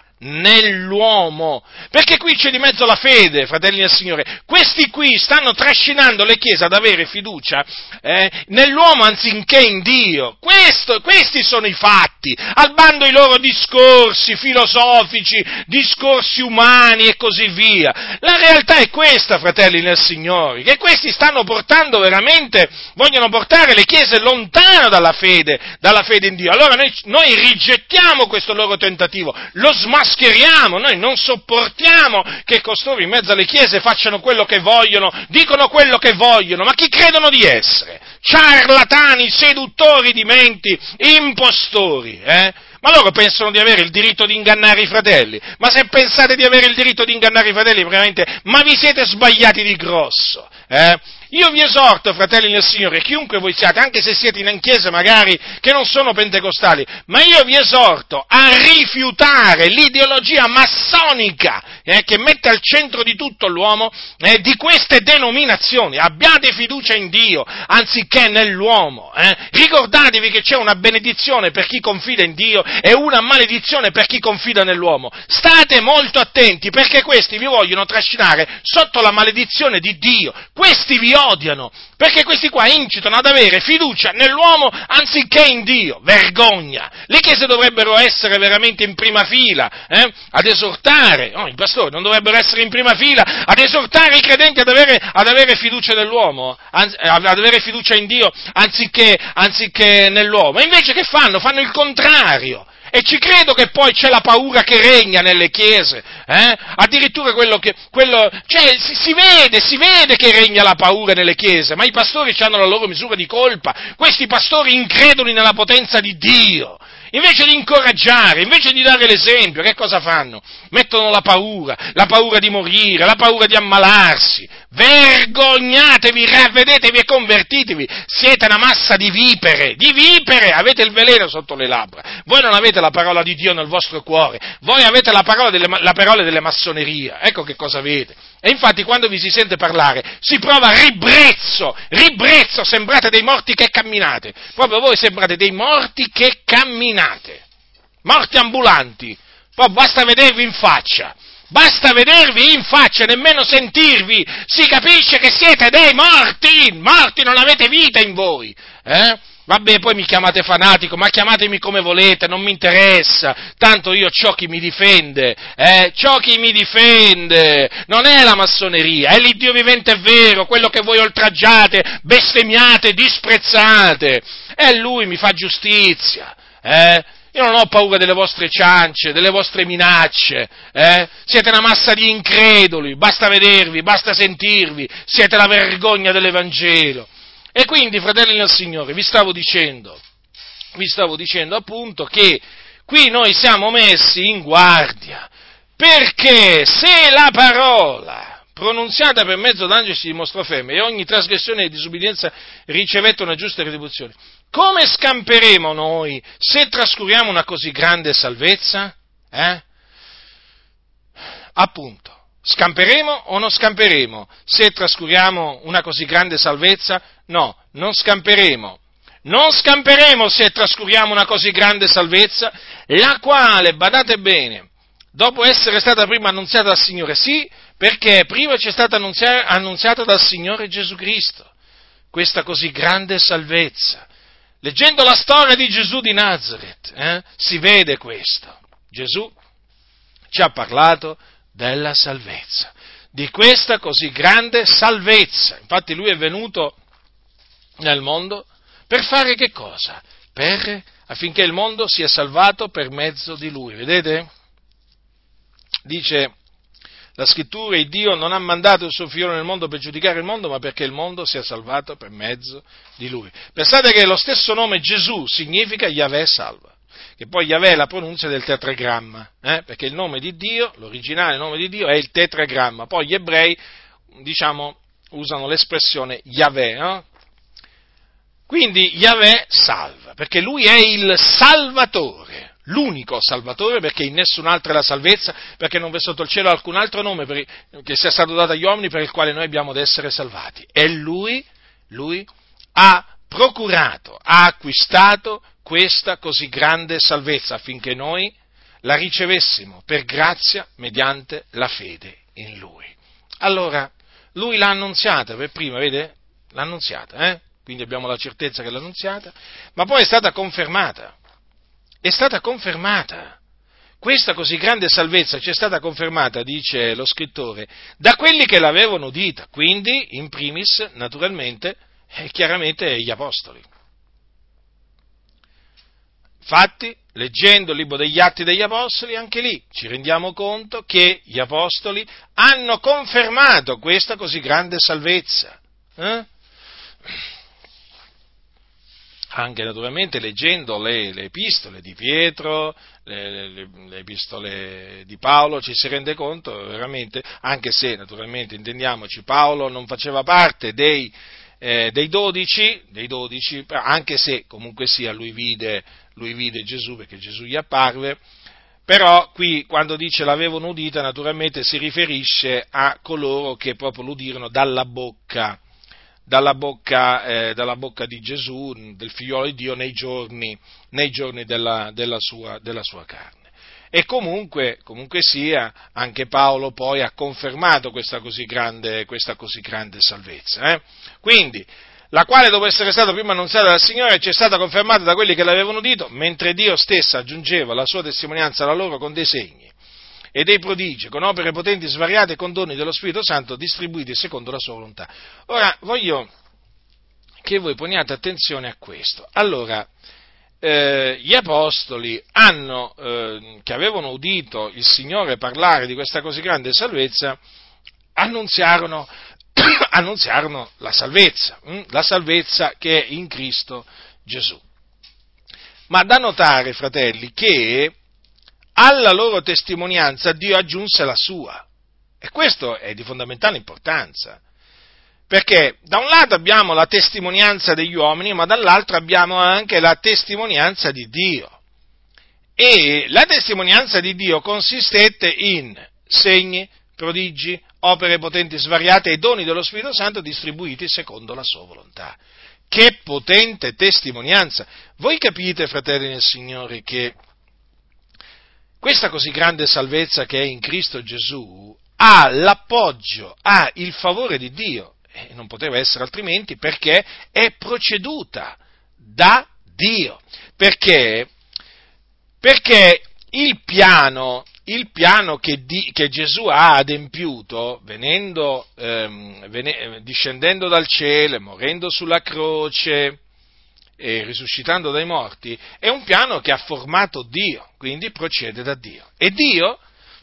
nell'uomo, perché qui c'è di mezzo la fede, fratelli del Signore. Questi qui stanno trascinando le chiese ad avere fiducia eh, nell'uomo anziché in Dio. Questo, questi sono i fatti, al bando i loro discorsi filosofici, discorsi umani e così via. La realtà è questa, fratelli del Signore, che questi stanno portando veramente, vogliono portare le chiese lontano dalla fede, dalla fede in Dio. Allora noi, noi rigettiamo questo loro tentativo, lo smascheriamo. Mascheriamo, noi non sopportiamo che costoro in mezzo alle chiese facciano quello che vogliono, dicono quello che vogliono, ma chi credono di essere? Ciarlatani, seduttori di menti, impostori, eh? Ma loro pensano di avere il diritto di ingannare i fratelli, ma se pensate di avere il diritto di ingannare i fratelli, veramente, ma vi siete sbagliati di grosso, eh? Io vi esorto, fratelli nel Signore, chiunque voi siate, anche se siete in chiese magari che non sono pentecostali, ma io vi esorto a rifiutare l'ideologia massonica eh, che mette al centro di tutto l'uomo eh, di queste denominazioni. Abbiate fiducia in Dio anziché nell'uomo. Eh. Ricordatevi che c'è una benedizione per chi confida in Dio e una maledizione per chi confida nell'uomo. State molto attenti, perché questi vi vogliono trascinare sotto la maledizione di Dio. Questi vi odiano, perché questi qua incitano ad avere fiducia nell'uomo anziché in Dio. Vergogna! Le chiese dovrebbero essere veramente in prima fila, eh, ad esortare, no, i pastori non dovrebbero essere in prima fila ad esortare i credenti ad avere, ad avere fiducia nell'uomo, ad avere fiducia in Dio anziché, anziché nell'uomo. E invece che fanno? Fanno il contrario. E ci credo che poi c'è la paura che regna nelle chiese, eh? Addirittura quello che, quello, cioè si, si vede, si vede che regna la paura nelle chiese, ma i pastori hanno la loro misura di colpa, questi pastori increduli nella potenza di Dio. Invece di incoraggiare, invece di dare l'esempio, che cosa fanno? Mettono la paura, la paura di morire, la paura di ammalarsi. Vergognatevi, ravvedetevi e convertitevi. Siete una massa di vipere, di vipere, avete il veleno sotto le labbra. Voi non avete la parola di Dio nel vostro cuore, voi avete la parola delle, la parola delle massoneria. Ecco che cosa avete. E infatti quando vi si sente parlare si prova ribrezzo, ribrezzo, sembrate dei morti che camminate. Proprio voi sembrate dei morti che camminate. Morti ambulanti. Poi basta vedervi in faccia. Basta vedervi in faccia, nemmeno sentirvi, si capisce che siete dei morti, morti, non avete vita in voi, eh? Vabbè, poi mi chiamate fanatico, ma chiamatemi come volete, non mi interessa, tanto io c'ho chi mi difende, eh? C'ho chi mi difende, non è la massoneria, è l'Iddio vivente è vero, quello che voi oltraggiate, bestemmiate, disprezzate, e Lui mi fa giustizia, eh? Io non ho paura delle vostre ciance, delle vostre minacce, eh? Siete una massa di increduli, basta vedervi, basta sentirvi, siete la vergogna dell'Evangelo. E quindi, fratelli del Signore, vi stavo dicendo, vi stavo dicendo appunto che qui noi siamo messi in guardia, perché se la parola pronunziata per mezzo d'angeli si dimostrò ferma e ogni trasgressione e disubbidienza ricevette una giusta retribuzione, come scamperemo noi se trascuriamo una così grande salvezza? Eh? Appunto, scamperemo o non scamperemo se trascuriamo una così grande salvezza? No, non scamperemo. Non scamperemo se trascuriamo una così grande salvezza, la quale, badate bene, dopo essere stata prima annunziata dal Signore, sì, perché prima ci è stata annunziata dal Signore Gesù Cristo, questa così grande salvezza. Leggendo la storia di Gesù di Nazaret, eh, si vede questo. Gesù ci ha parlato della salvezza, di questa così grande salvezza. Infatti lui è venuto nel mondo per fare che cosa? Per, affinché il mondo sia salvato per mezzo di lui. Vedete? Dice la scrittura, il Dio non ha mandato il suo figlio nel mondo per giudicare il mondo, ma perché il mondo sia salvato per mezzo di lui. Pensate che lo stesso nome Gesù significa Yahweh salva, che poi Yahweh è la pronuncia del tetragramma, eh? Perché il nome di Dio, l'originale nome di Dio è il tetragramma, poi gli ebrei, diciamo, usano l'espressione Yahweh, no? Quindi Yahweh salva, perché lui è il Salvatore, l'unico Salvatore, perché in nessun'altra è la salvezza, perché non v'è sotto il cielo alcun altro nome per, che sia stato dato agli uomini per il quale noi abbiamo ad essere salvati. E lui, lui ha procurato, ha acquistato questa così grande salvezza affinché noi la ricevessimo per grazia mediante la fede in lui. Allora, lui l'ha annunziata per prima, vede? L'ha annunziata, eh? Quindi abbiamo la certezza che l'ha annunziata, ma poi è stata confermata. È stata confermata. Questa così grande salvezza ci è stata confermata, dice lo scrittore, da quelli che l'avevano udita, quindi, in primis, naturalmente, eh, chiaramente gli apostoli. Infatti, leggendo il libro degli Atti degli Apostoli, anche lì ci rendiamo conto che gli apostoli hanno confermato questa così grande salvezza. Eh? Anche naturalmente leggendo le, le epistole di Pietro, le, le, le epistole di Paolo, ci si rende conto veramente, anche se naturalmente intendiamoci, Paolo non faceva parte dei, eh, dei dodici, dei dodici, anche se comunque sia lui vide, lui vide Gesù, perché Gesù gli apparve, però qui quando dice l'avevano udita naturalmente si riferisce a coloro che proprio l'udirono dalla bocca, dalla bocca, eh, dalla bocca di Gesù, del figliolo di Dio, nei giorni, nei giorni della, della, sua, della sua carne. E comunque, comunque sia, anche Paolo poi ha confermato questa così grande, questa così grande salvezza. Eh? Quindi, la quale dopo essere stata prima annunziata dal Signore ci è stata confermata da quelli che l'avevano udito, mentre Dio stesso aggiungeva la sua testimonianza alla loro con dei segni e dei prodigi, con opere potenti svariate e con doni dello Spirito Santo distribuiti secondo la sua volontà. Ora, voglio che voi poniate attenzione a questo. Allora, eh, gli apostoli hanno, eh, che avevano udito il Signore parlare di questa così grande salvezza, annunziarono, annunziarono la salvezza, hm? la salvezza che è in Cristo Gesù. Ma da notare, fratelli, che alla loro testimonianza Dio aggiunse la sua, e questo è di fondamentale importanza. Perché da un lato abbiamo la testimonianza degli uomini, ma dall'altro abbiamo anche la testimonianza di Dio. E la testimonianza di Dio consistette in segni, prodigi, opere potenti svariate e doni dello Spirito Santo distribuiti secondo la sua volontà. Che potente testimonianza! Voi capite, fratelli nel Signore, che questa così grande salvezza che è in Cristo Gesù ha l'appoggio, ha il favore di Dio. E non poteva essere altrimenti, perché è proceduta da Dio, perché, perché il piano, il piano che, di, che Gesù ha adempiuto, venendo, ehm, vene, discendendo dal cielo, morendo sulla croce e risuscitando dai morti, è un piano che ha formato Dio, quindi procede da Dio. E Dio,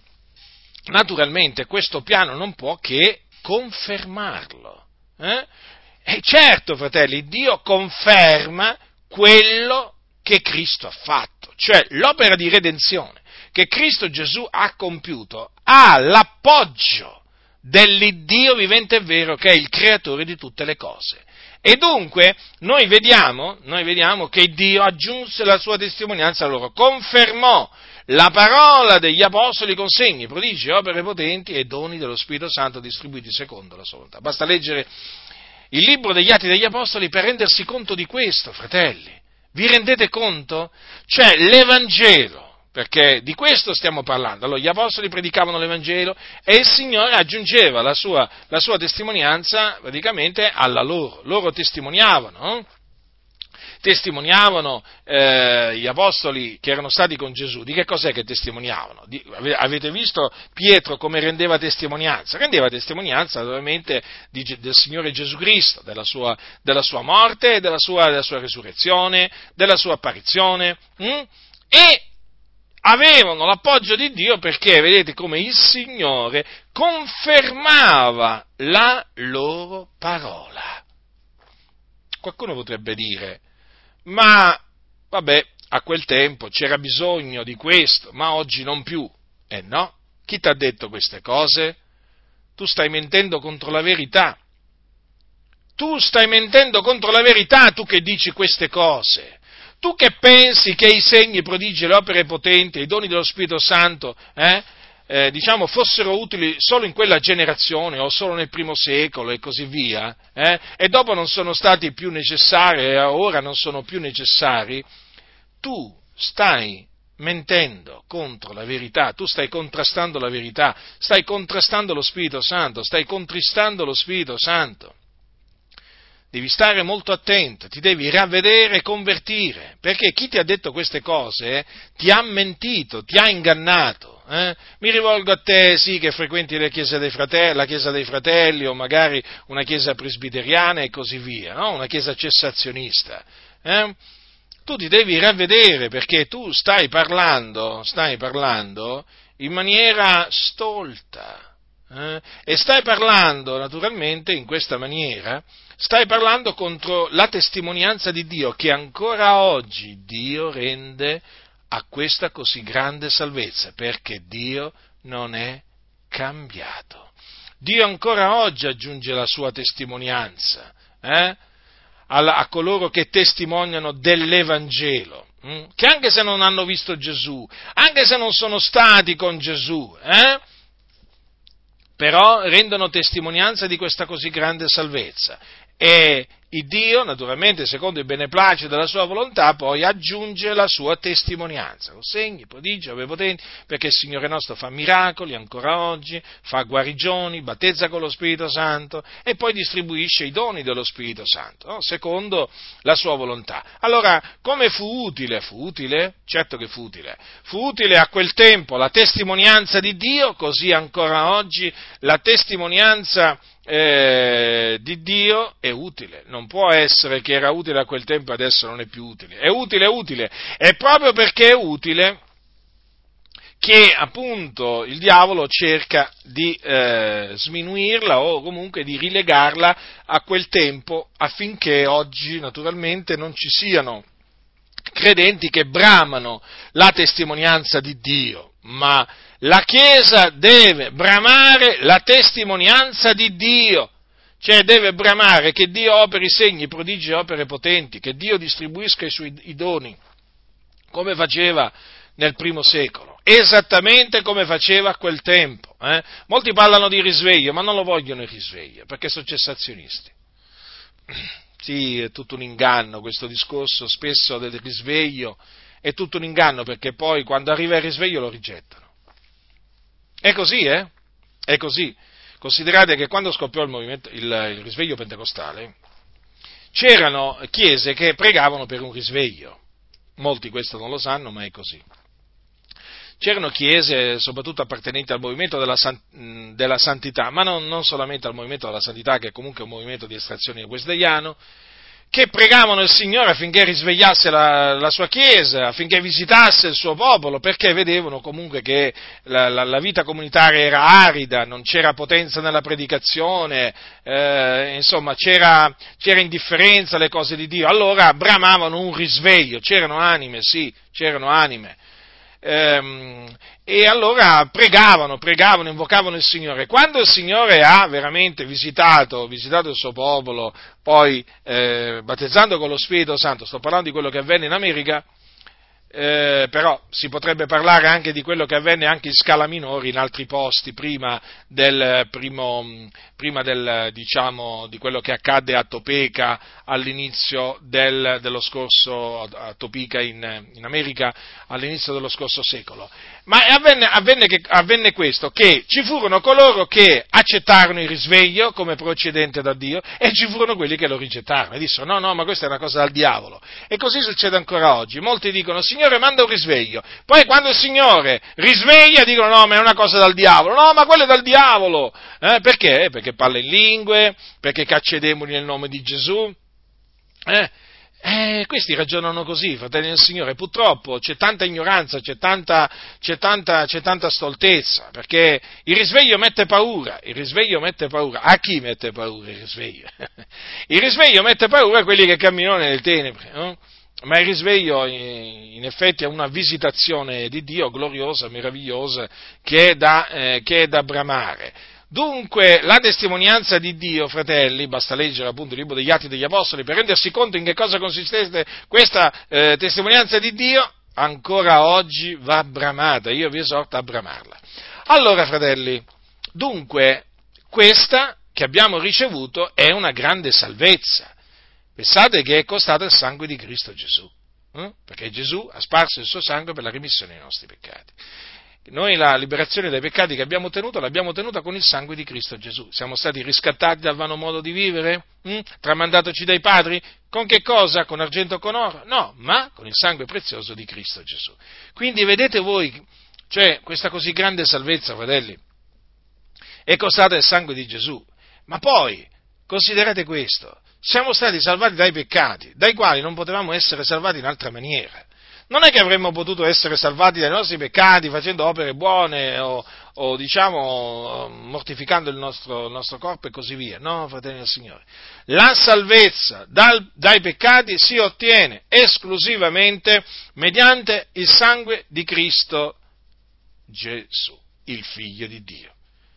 naturalmente, questo piano non può che confermarlo. Eh? E certo, fratelli, Dio conferma quello che Cristo ha fatto, cioè l'opera di redenzione che Cristo Gesù ha compiuto ha l'appoggio dell'Iddio vivente e vero, che è il creatore di tutte le cose. E dunque noi vediamo, noi vediamo che Dio aggiunse la sua testimonianza a loro, confermò la parola degli apostoli con segni, prodigi, opere potenti e doni dello Spirito Santo distribuiti secondo la sua volontà. Basta leggere il libro degli Atti degli Apostoli per rendersi conto di questo, fratelli. Vi rendete conto? Cioè l'Evangelo, perché di questo stiamo parlando. Allora gli apostoli predicavano l'Evangelo e il Signore aggiungeva la sua, la sua testimonianza praticamente alla loro. Loro testimoniavano, eh? testimoniavano eh, gli apostoli che erano stati con Gesù. Di che cos'è che testimoniavano? Di, avete visto Pietro come rendeva testimonianza? Rendeva testimonianza naturalmente di, del Signore Gesù Cristo, della sua, della sua morte, della sua, della sua risurrezione, della sua apparizione, hm? e avevano l'appoggio di Dio perché vedete come il Signore confermava la loro parola. Qualcuno potrebbe dire: ma, vabbè, a quel tempo c'era bisogno di questo, ma oggi non più. Eh no, chi ti ha detto queste cose? Tu stai mentendo contro la verità. Tu stai mentendo contro la verità, tu che dici queste cose. Tu che pensi che i segni, i prodigi, le opere potenti, i doni dello Spirito Santo, eh, eh, diciamo, fossero utili solo in quella generazione o solo nel primo secolo e così via, eh, e dopo non sono stati più necessari e ora non sono più necessari, tu stai mentendo contro la verità, tu stai contrastando la verità, stai contrastando lo Spirito Santo, stai contristando lo Spirito Santo. Devi stare molto attento, ti devi ravvedere e convertire, perché chi ti ha detto queste cose eh, ti ha mentito, ti ha ingannato. Eh? Mi rivolgo a te, sì, che frequenti la chiesa dei fratelli, la chiesa dei fratelli o magari una chiesa presbiteriana e così via, no? Una chiesa cessazionista. Eh? Tu ti devi ravvedere perché tu stai parlando, stai parlando in maniera stolta. Eh? E stai parlando, naturalmente, in questa maniera, stai parlando contro la testimonianza di Dio che ancora oggi Dio rende a questa così grande salvezza, perché Dio non è cambiato. Dio ancora oggi aggiunge la sua testimonianza eh? a, a coloro che testimoniano dell'Evangelo, hm? che anche se non hanno visto Gesù, anche se non sono stati con Gesù, eh? però rendono testimonianza di questa così grande salvezza. E il Dio, naturalmente, secondo il beneplacito della sua volontà, poi aggiunge la sua testimonianza, con segni, prodigi, opere potenti, perché il Signore nostro fa miracoli ancora oggi, fa guarigioni, battezza con lo Spirito Santo e poi distribuisce i doni dello Spirito Santo, no? Secondo la sua volontà. Allora, come fu utile? Fu utile? Certo che fu utile. Fu utile a quel tempo la testimonianza di Dio, così ancora oggi la testimonianza Eh, di Dio è utile, non può essere che era utile a quel tempo e adesso non è più utile, è utile, è utile, è proprio perché è utile che appunto il diavolo cerca di eh, sminuirla o comunque di rilegarla a quel tempo affinché oggi naturalmente non ci siano credenti che bramano la testimonianza di Dio, ma la Chiesa deve bramare la testimonianza di Dio, cioè deve bramare che Dio operi segni, prodigi e opere potenti, che Dio distribuisca i suoi i doni, come faceva nel primo secolo, esattamente come faceva a quel tempo. Eh? Molti parlano di risveglio, ma non lo vogliono il risveglio, perché sono cessazionisti. Sì, è tutto un inganno questo discorso, spesso del risveglio, è tutto un inganno, perché poi quando arriva il risveglio lo rigettano. È così, eh? È così. Considerate che quando scoppiò il movimento, il, il risveglio pentecostale, c'erano chiese che pregavano per un risveglio. Molti questo non lo sanno, ma è così. C'erano chiese, soprattutto appartenenti al movimento della, della santità, ma non, non solamente al movimento della santità, che è comunque un movimento di estrazione wesleyano, che pregavano il Signore affinché risvegliasse la, la sua Chiesa, affinché visitasse il suo popolo, perché vedevano comunque che la, la, la vita comunitaria era arida, non c'era potenza nella predicazione, eh, insomma c'era, c'era indifferenza alle cose di Dio. Allora bramavano un risveglio, c'erano anime, sì, c'erano anime. Ehm, e allora pregavano, pregavano, invocavano il Signore. Quando il Signore ha veramente visitato, visitato il suo popolo, poi eh, battezzando con lo Spirito Santo, sto parlando di quello che avvenne in America, eh, però si potrebbe parlare anche di quello che avvenne anche in scala minore in altri posti prima del primo, prima del, diciamo, di quello che accadde a Topeka all'inizio del, dello scorso, a Topeka in, in America all'inizio dello scorso secolo. Ma avvenne, avvenne, che, avvenne questo, che ci furono coloro che accettarono il risveglio come procedente da Dio e ci furono quelli che lo rigettarono e dissero no, no, ma questa è una cosa dal diavolo. E così succede ancora oggi. Molti dicono Signore manda un risveglio, poi quando il Signore risveglia dicono no, ma è una cosa dal diavolo, no, ma quello è dal diavolo. Eh, perché? Perché parla in lingue, perché caccia i demoni nel nome di Gesù. Eh? Eh, questi ragionano così, fratelli del Signore, purtroppo c'è tanta ignoranza, c'è tanta, c'è tanta, c'è tanta stoltezza, perché il risveglio mette paura, il risveglio mette paura, a chi mette paura il risveglio? Il risveglio mette paura a quelli che camminano nelle tenebre, no? Ma il risveglio in effetti è una visitazione di Dio gloriosa, meravigliosa, che è da, eh, che è da bramare. Dunque, la testimonianza di Dio, fratelli, basta leggere appunto il libro degli Atti degli Apostoli per rendersi conto in che cosa consistesse questa eh, testimonianza di Dio, ancora oggi va bramata, io vi esorto a bramarla. Allora, fratelli, dunque, questa che abbiamo ricevuto è una grande salvezza. Pensate che è costato il sangue di Cristo Gesù, eh? Perché Gesù ha sparso il suo sangue per la remissione dei nostri peccati. Noi la liberazione dai peccati che abbiamo ottenuto l'abbiamo ottenuta con il sangue di Cristo Gesù. Siamo stati riscattati dal vano modo di vivere, hm? tramandatoci dai padri, con che cosa? Con argento o con oro? No, ma con il sangue prezioso di Cristo Gesù. Quindi vedete voi, cioè questa così grande salvezza, fratelli, è costata il sangue di Gesù. Ma poi, considerate questo, siamo stati salvati dai peccati, dai quali non potevamo essere salvati in altra maniera. Non è che avremmo potuto essere salvati dai nostri peccati facendo opere buone o, o diciamo, mortificando il nostro, il nostro corpo e così via. No, fratelli del Signore. La salvezza dal, dai peccati si ottiene esclusivamente mediante il sangue di Cristo Gesù, il Figlio di Dio.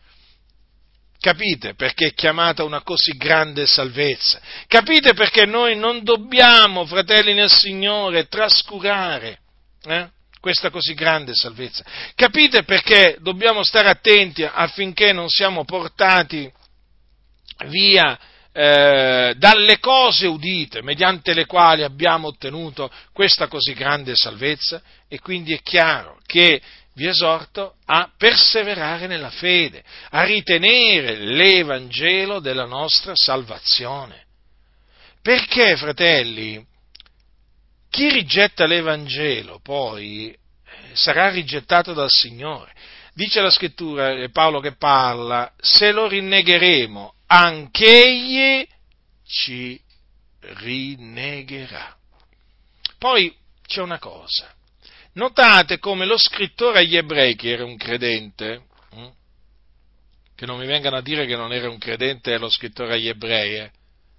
Capite perché è chiamata una così grande salvezza? Capite perché noi non dobbiamo, fratelli nel Signore, trascurare eh, questa così grande salvezza? Capite perché dobbiamo stare attenti affinché non siamo portati via eh, dalle cose udite, mediante le quali abbiamo ottenuto questa così grande salvezza, e quindi è chiaro che vi esorto a perseverare nella fede, a ritenere l'Evangelo della nostra salvazione. Perché, fratelli, chi rigetta l'Evangelo poi sarà rigettato dal Signore. Dice la Scrittura, è Paolo che parla, se lo rinnegheremo, anch'egli ci rinnegherà. Poi c'è una cosa. Notate come lo scrittore agli ebrei, che era un credente, che non mi vengano a dire che non era un credente lo scrittore agli ebrei, eh?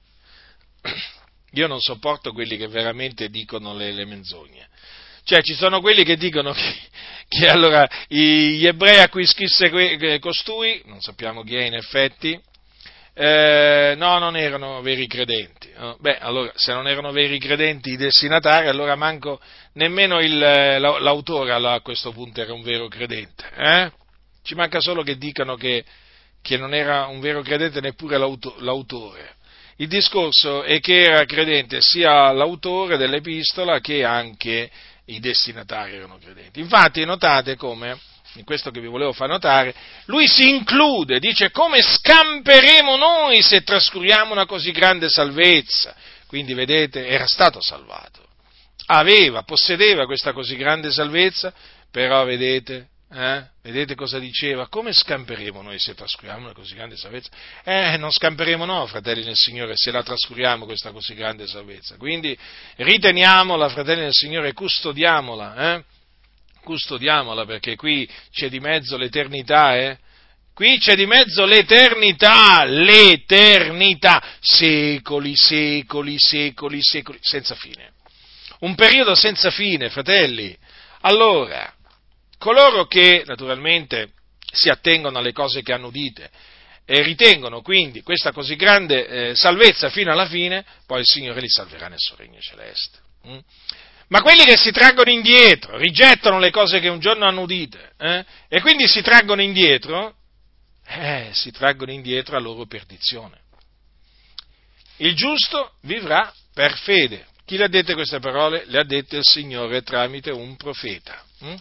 Io non sopporto quelli che veramente dicono le, le menzogne. Cioè, ci sono quelli che dicono che, che allora gli ebrei a cui scrisse costui, non sappiamo chi è in effetti, eh, no, non erano veri credenti. No? Beh, allora, se non erano veri credenti i destinatari, allora manco nemmeno il, l'autore a questo punto era un vero credente. Eh? Ci manca solo che dicano che, che non era un vero credente neppure l'autore. Il discorso è che era credente sia l'autore dell'epistola che anche i destinatari erano credenti. Infatti notate come, in questo che vi volevo far notare, lui si include, dice come scamperemo noi se trascuriamo una così grande salvezza. Quindi vedete, era stato salvato, aveva, possedeva questa così grande salvezza, però vedete, eh, vedete cosa diceva? Come scamperemo noi se trascuriamo una così grande salvezza? Eh, non scamperemo no, fratelli nel Signore, se la trascuriamo questa così grande salvezza. Quindi riteniamola, fratelli nel Signore, custodiamola, eh? Custodiamola, perché qui c'è di mezzo l'eternità, eh? Qui c'è di mezzo l'eternità, l'eternità, secoli, secoli, secoli, secoli, senza fine. Un periodo senza fine, fratelli. Allora, coloro che naturalmente si attengono alle cose che hanno udite e ritengono quindi questa così grande eh, salvezza fino alla fine, poi il Signore li salverà nel suo regno celeste. Mm? Ma quelli che si traggono indietro, rigettano le cose che un giorno hanno udite, eh, e quindi si traggono indietro, eh, si traggono indietro a loro perdizione. Il giusto vivrà per fede. Chi le ha dette queste parole? Le ha dette il Signore tramite un profeta. Mm?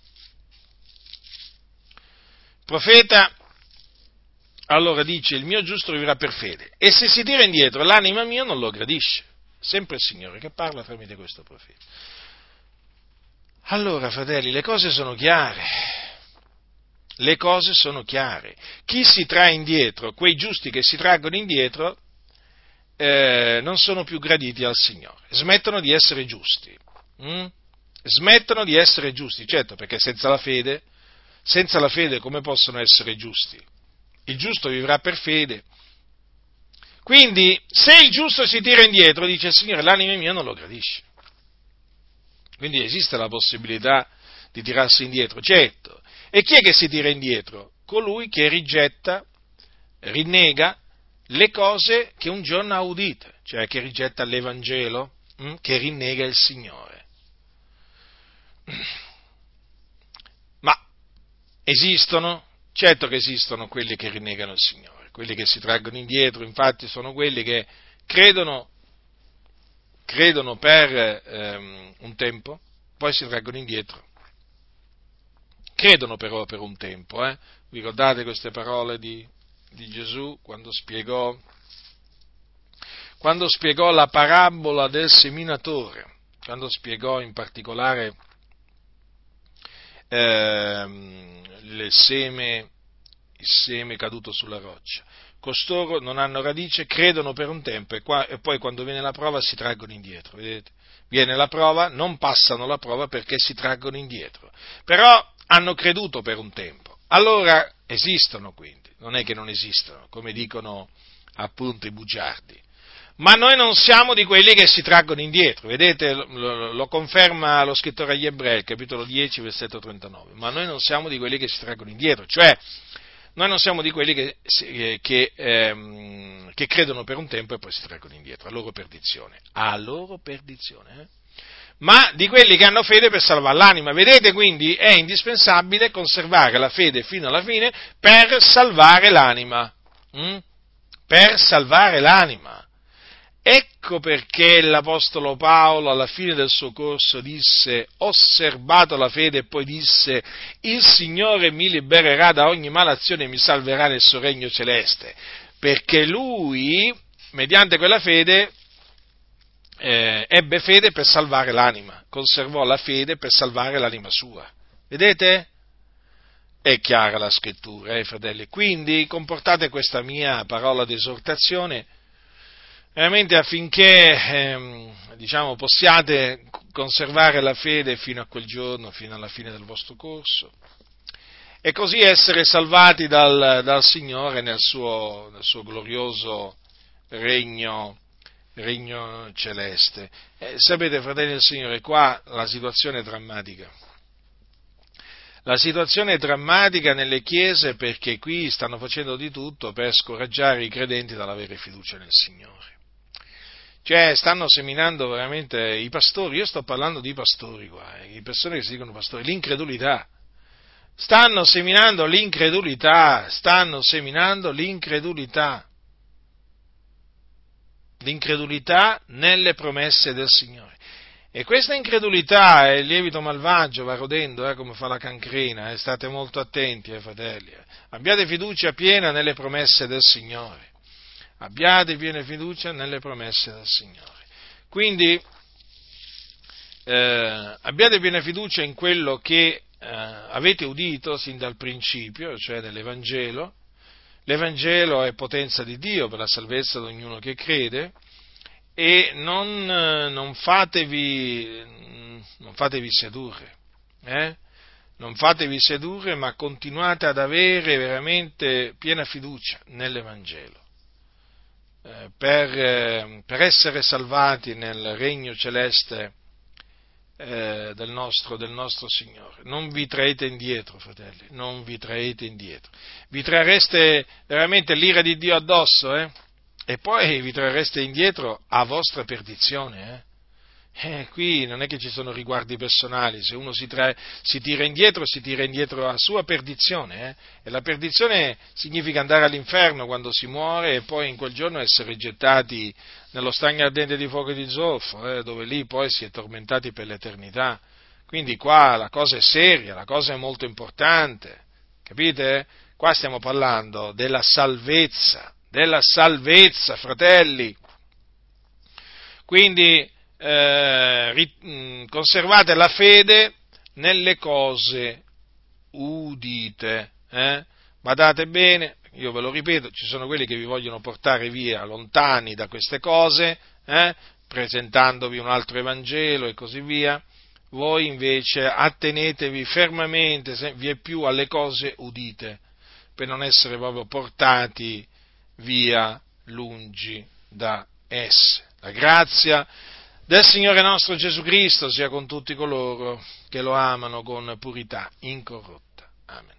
Profeta, allora dice, il mio giusto vivrà per fede, e se si tira indietro l'anima mia non lo gradisce. Sempre il Signore che parla tramite questo profeta. Allora, fratelli, le cose sono chiare, le cose sono chiare. Chi si trae indietro, quei giusti che si traggono indietro, eh, non sono più graditi al Signore, smettono di essere giusti, mm? smettono di essere giusti, certo, perché senza la fede, senza la fede come possono essere giusti? Il giusto vivrà per fede. Quindi, se il giusto si tira indietro, dice il Signore, l'anima mia non lo gradisce. Quindi esiste la possibilità di tirarsi indietro, certo. E chi è che si tira indietro? Colui che rigetta, rinnega le cose che un giorno ha udite, cioè che rigetta l'Evangelo, hm? che rinnega il Signore. Ma esistono? Certo che esistono quelli che rinnegano il Signore. Quelli che si traggono indietro, infatti, sono quelli che credono, credono per ehm, un tempo, poi si traggono indietro. Credono però per un tempo, eh? Vi ricordate queste parole di, di Gesù quando spiegò, quando spiegò la parabola del seminatore, quando spiegò in particolare ehm, il seme, il seme caduto sulla roccia. Costoro non hanno radice, credono per un tempo e, qua, e poi quando viene la prova si traggono indietro, vedete? Viene la prova, non passano la prova perché si traggono indietro, però hanno creduto per un tempo. Allora esistono quindi, non è che non esistono, come dicono appunto i bugiardi. Ma noi non siamo di quelli che si traggono indietro, vedete, lo, lo conferma lo scrittore agli Ebrei, capitolo dieci, versetto trentanove, ma noi non siamo di quelli che si traggono indietro, cioè noi non siamo di quelli che, che, ehm, che credono per un tempo e poi si traggono indietro, a loro perdizione, a loro perdizione, eh? ma di quelli che hanno fede per salvare l'anima. Vedete, quindi è indispensabile conservare la fede fino alla fine per salvare l'anima. Mm? per salvare l'anima. Ecco perché l'Apostolo Paolo alla fine del suo corso disse: ho serbato la fede, e poi disse: il Signore mi libererà da ogni malazione e mi salverà nel suo regno celeste, perché lui, mediante quella fede, eh, ebbe fede per salvare l'anima, conservò la fede per salvare l'anima sua. Vedete? È chiara la scrittura, eh, fratelli. Quindi comportate questa mia parola di esortazione veramente affinché ehm, diciamo, possiate conservare la fede fino a quel giorno, fino alla fine del vostro corso, e così essere salvati dal, dal Signore nel suo, nel suo glorioso regno, regno celeste. Eh, sapete, fratelli del Signore, qua la situazione è drammatica. La situazione è drammatica nelle chiese, perché qui stanno facendo di tutto per scoraggiare i credenti dall'avere fiducia nel Signore. Cioè, stanno seminando veramente i pastori, io sto parlando di pastori qua, eh, le persone che si dicono pastori, l'incredulità. Stanno seminando l'incredulità, stanno seminando l'incredulità. L'incredulità nelle promesse del Signore. E questa incredulità e il lievito malvagio va rodendo, eh, come fa la cancrena, eh, state molto attenti, eh, fratelli. Eh. Abbiate fiducia piena nelle promesse del Signore. Abbiate piena fiducia nelle promesse del Signore. Quindi eh, abbiate piena fiducia in quello che eh, avete udito sin dal principio, cioè nell'Evangelo. L'Evangelo è potenza di Dio per la salvezza di ognuno che crede, e non, non fatevi non fatevi sedurre, eh? Non fatevi sedurre, ma continuate ad avere veramente piena fiducia nell'Evangelo. Eh, per, eh, per essere salvati nel regno celeste eh, del, nostro, del nostro Signore. Non vi traete indietro, fratelli, non vi traete indietro. Vi trarreste veramente l'ira di Dio addosso, eh? E poi vi trarreste indietro a vostra perdizione, eh? Eh, qui non è che ci sono riguardi personali, se uno si, tra, si tira indietro, si tira indietro a sua perdizione, eh? E la perdizione significa andare all'inferno quando si muore e poi in quel giorno essere gettati nello stagno ardente di fuoco e di zolfo, eh? Dove lì poi si è tormentati per l'eternità. Quindi qua la cosa è seria, la cosa è molto importante, capite? Qua stiamo parlando della salvezza, della salvezza, fratelli. Quindi Eh, ri, conservate la fede nelle cose udite, eh? Badate bene, io ve lo ripeto, ci sono quelli che vi vogliono portare via lontani da queste cose, eh? presentandovi un altro Evangelo e così via. Voi invece attenetevi fermamente, vie più alle cose udite, per non essere proprio portati via lungi da esse. La grazia del Signore nostro Gesù Cristo sia con tutti coloro che lo amano con purità incorrotta. Amen.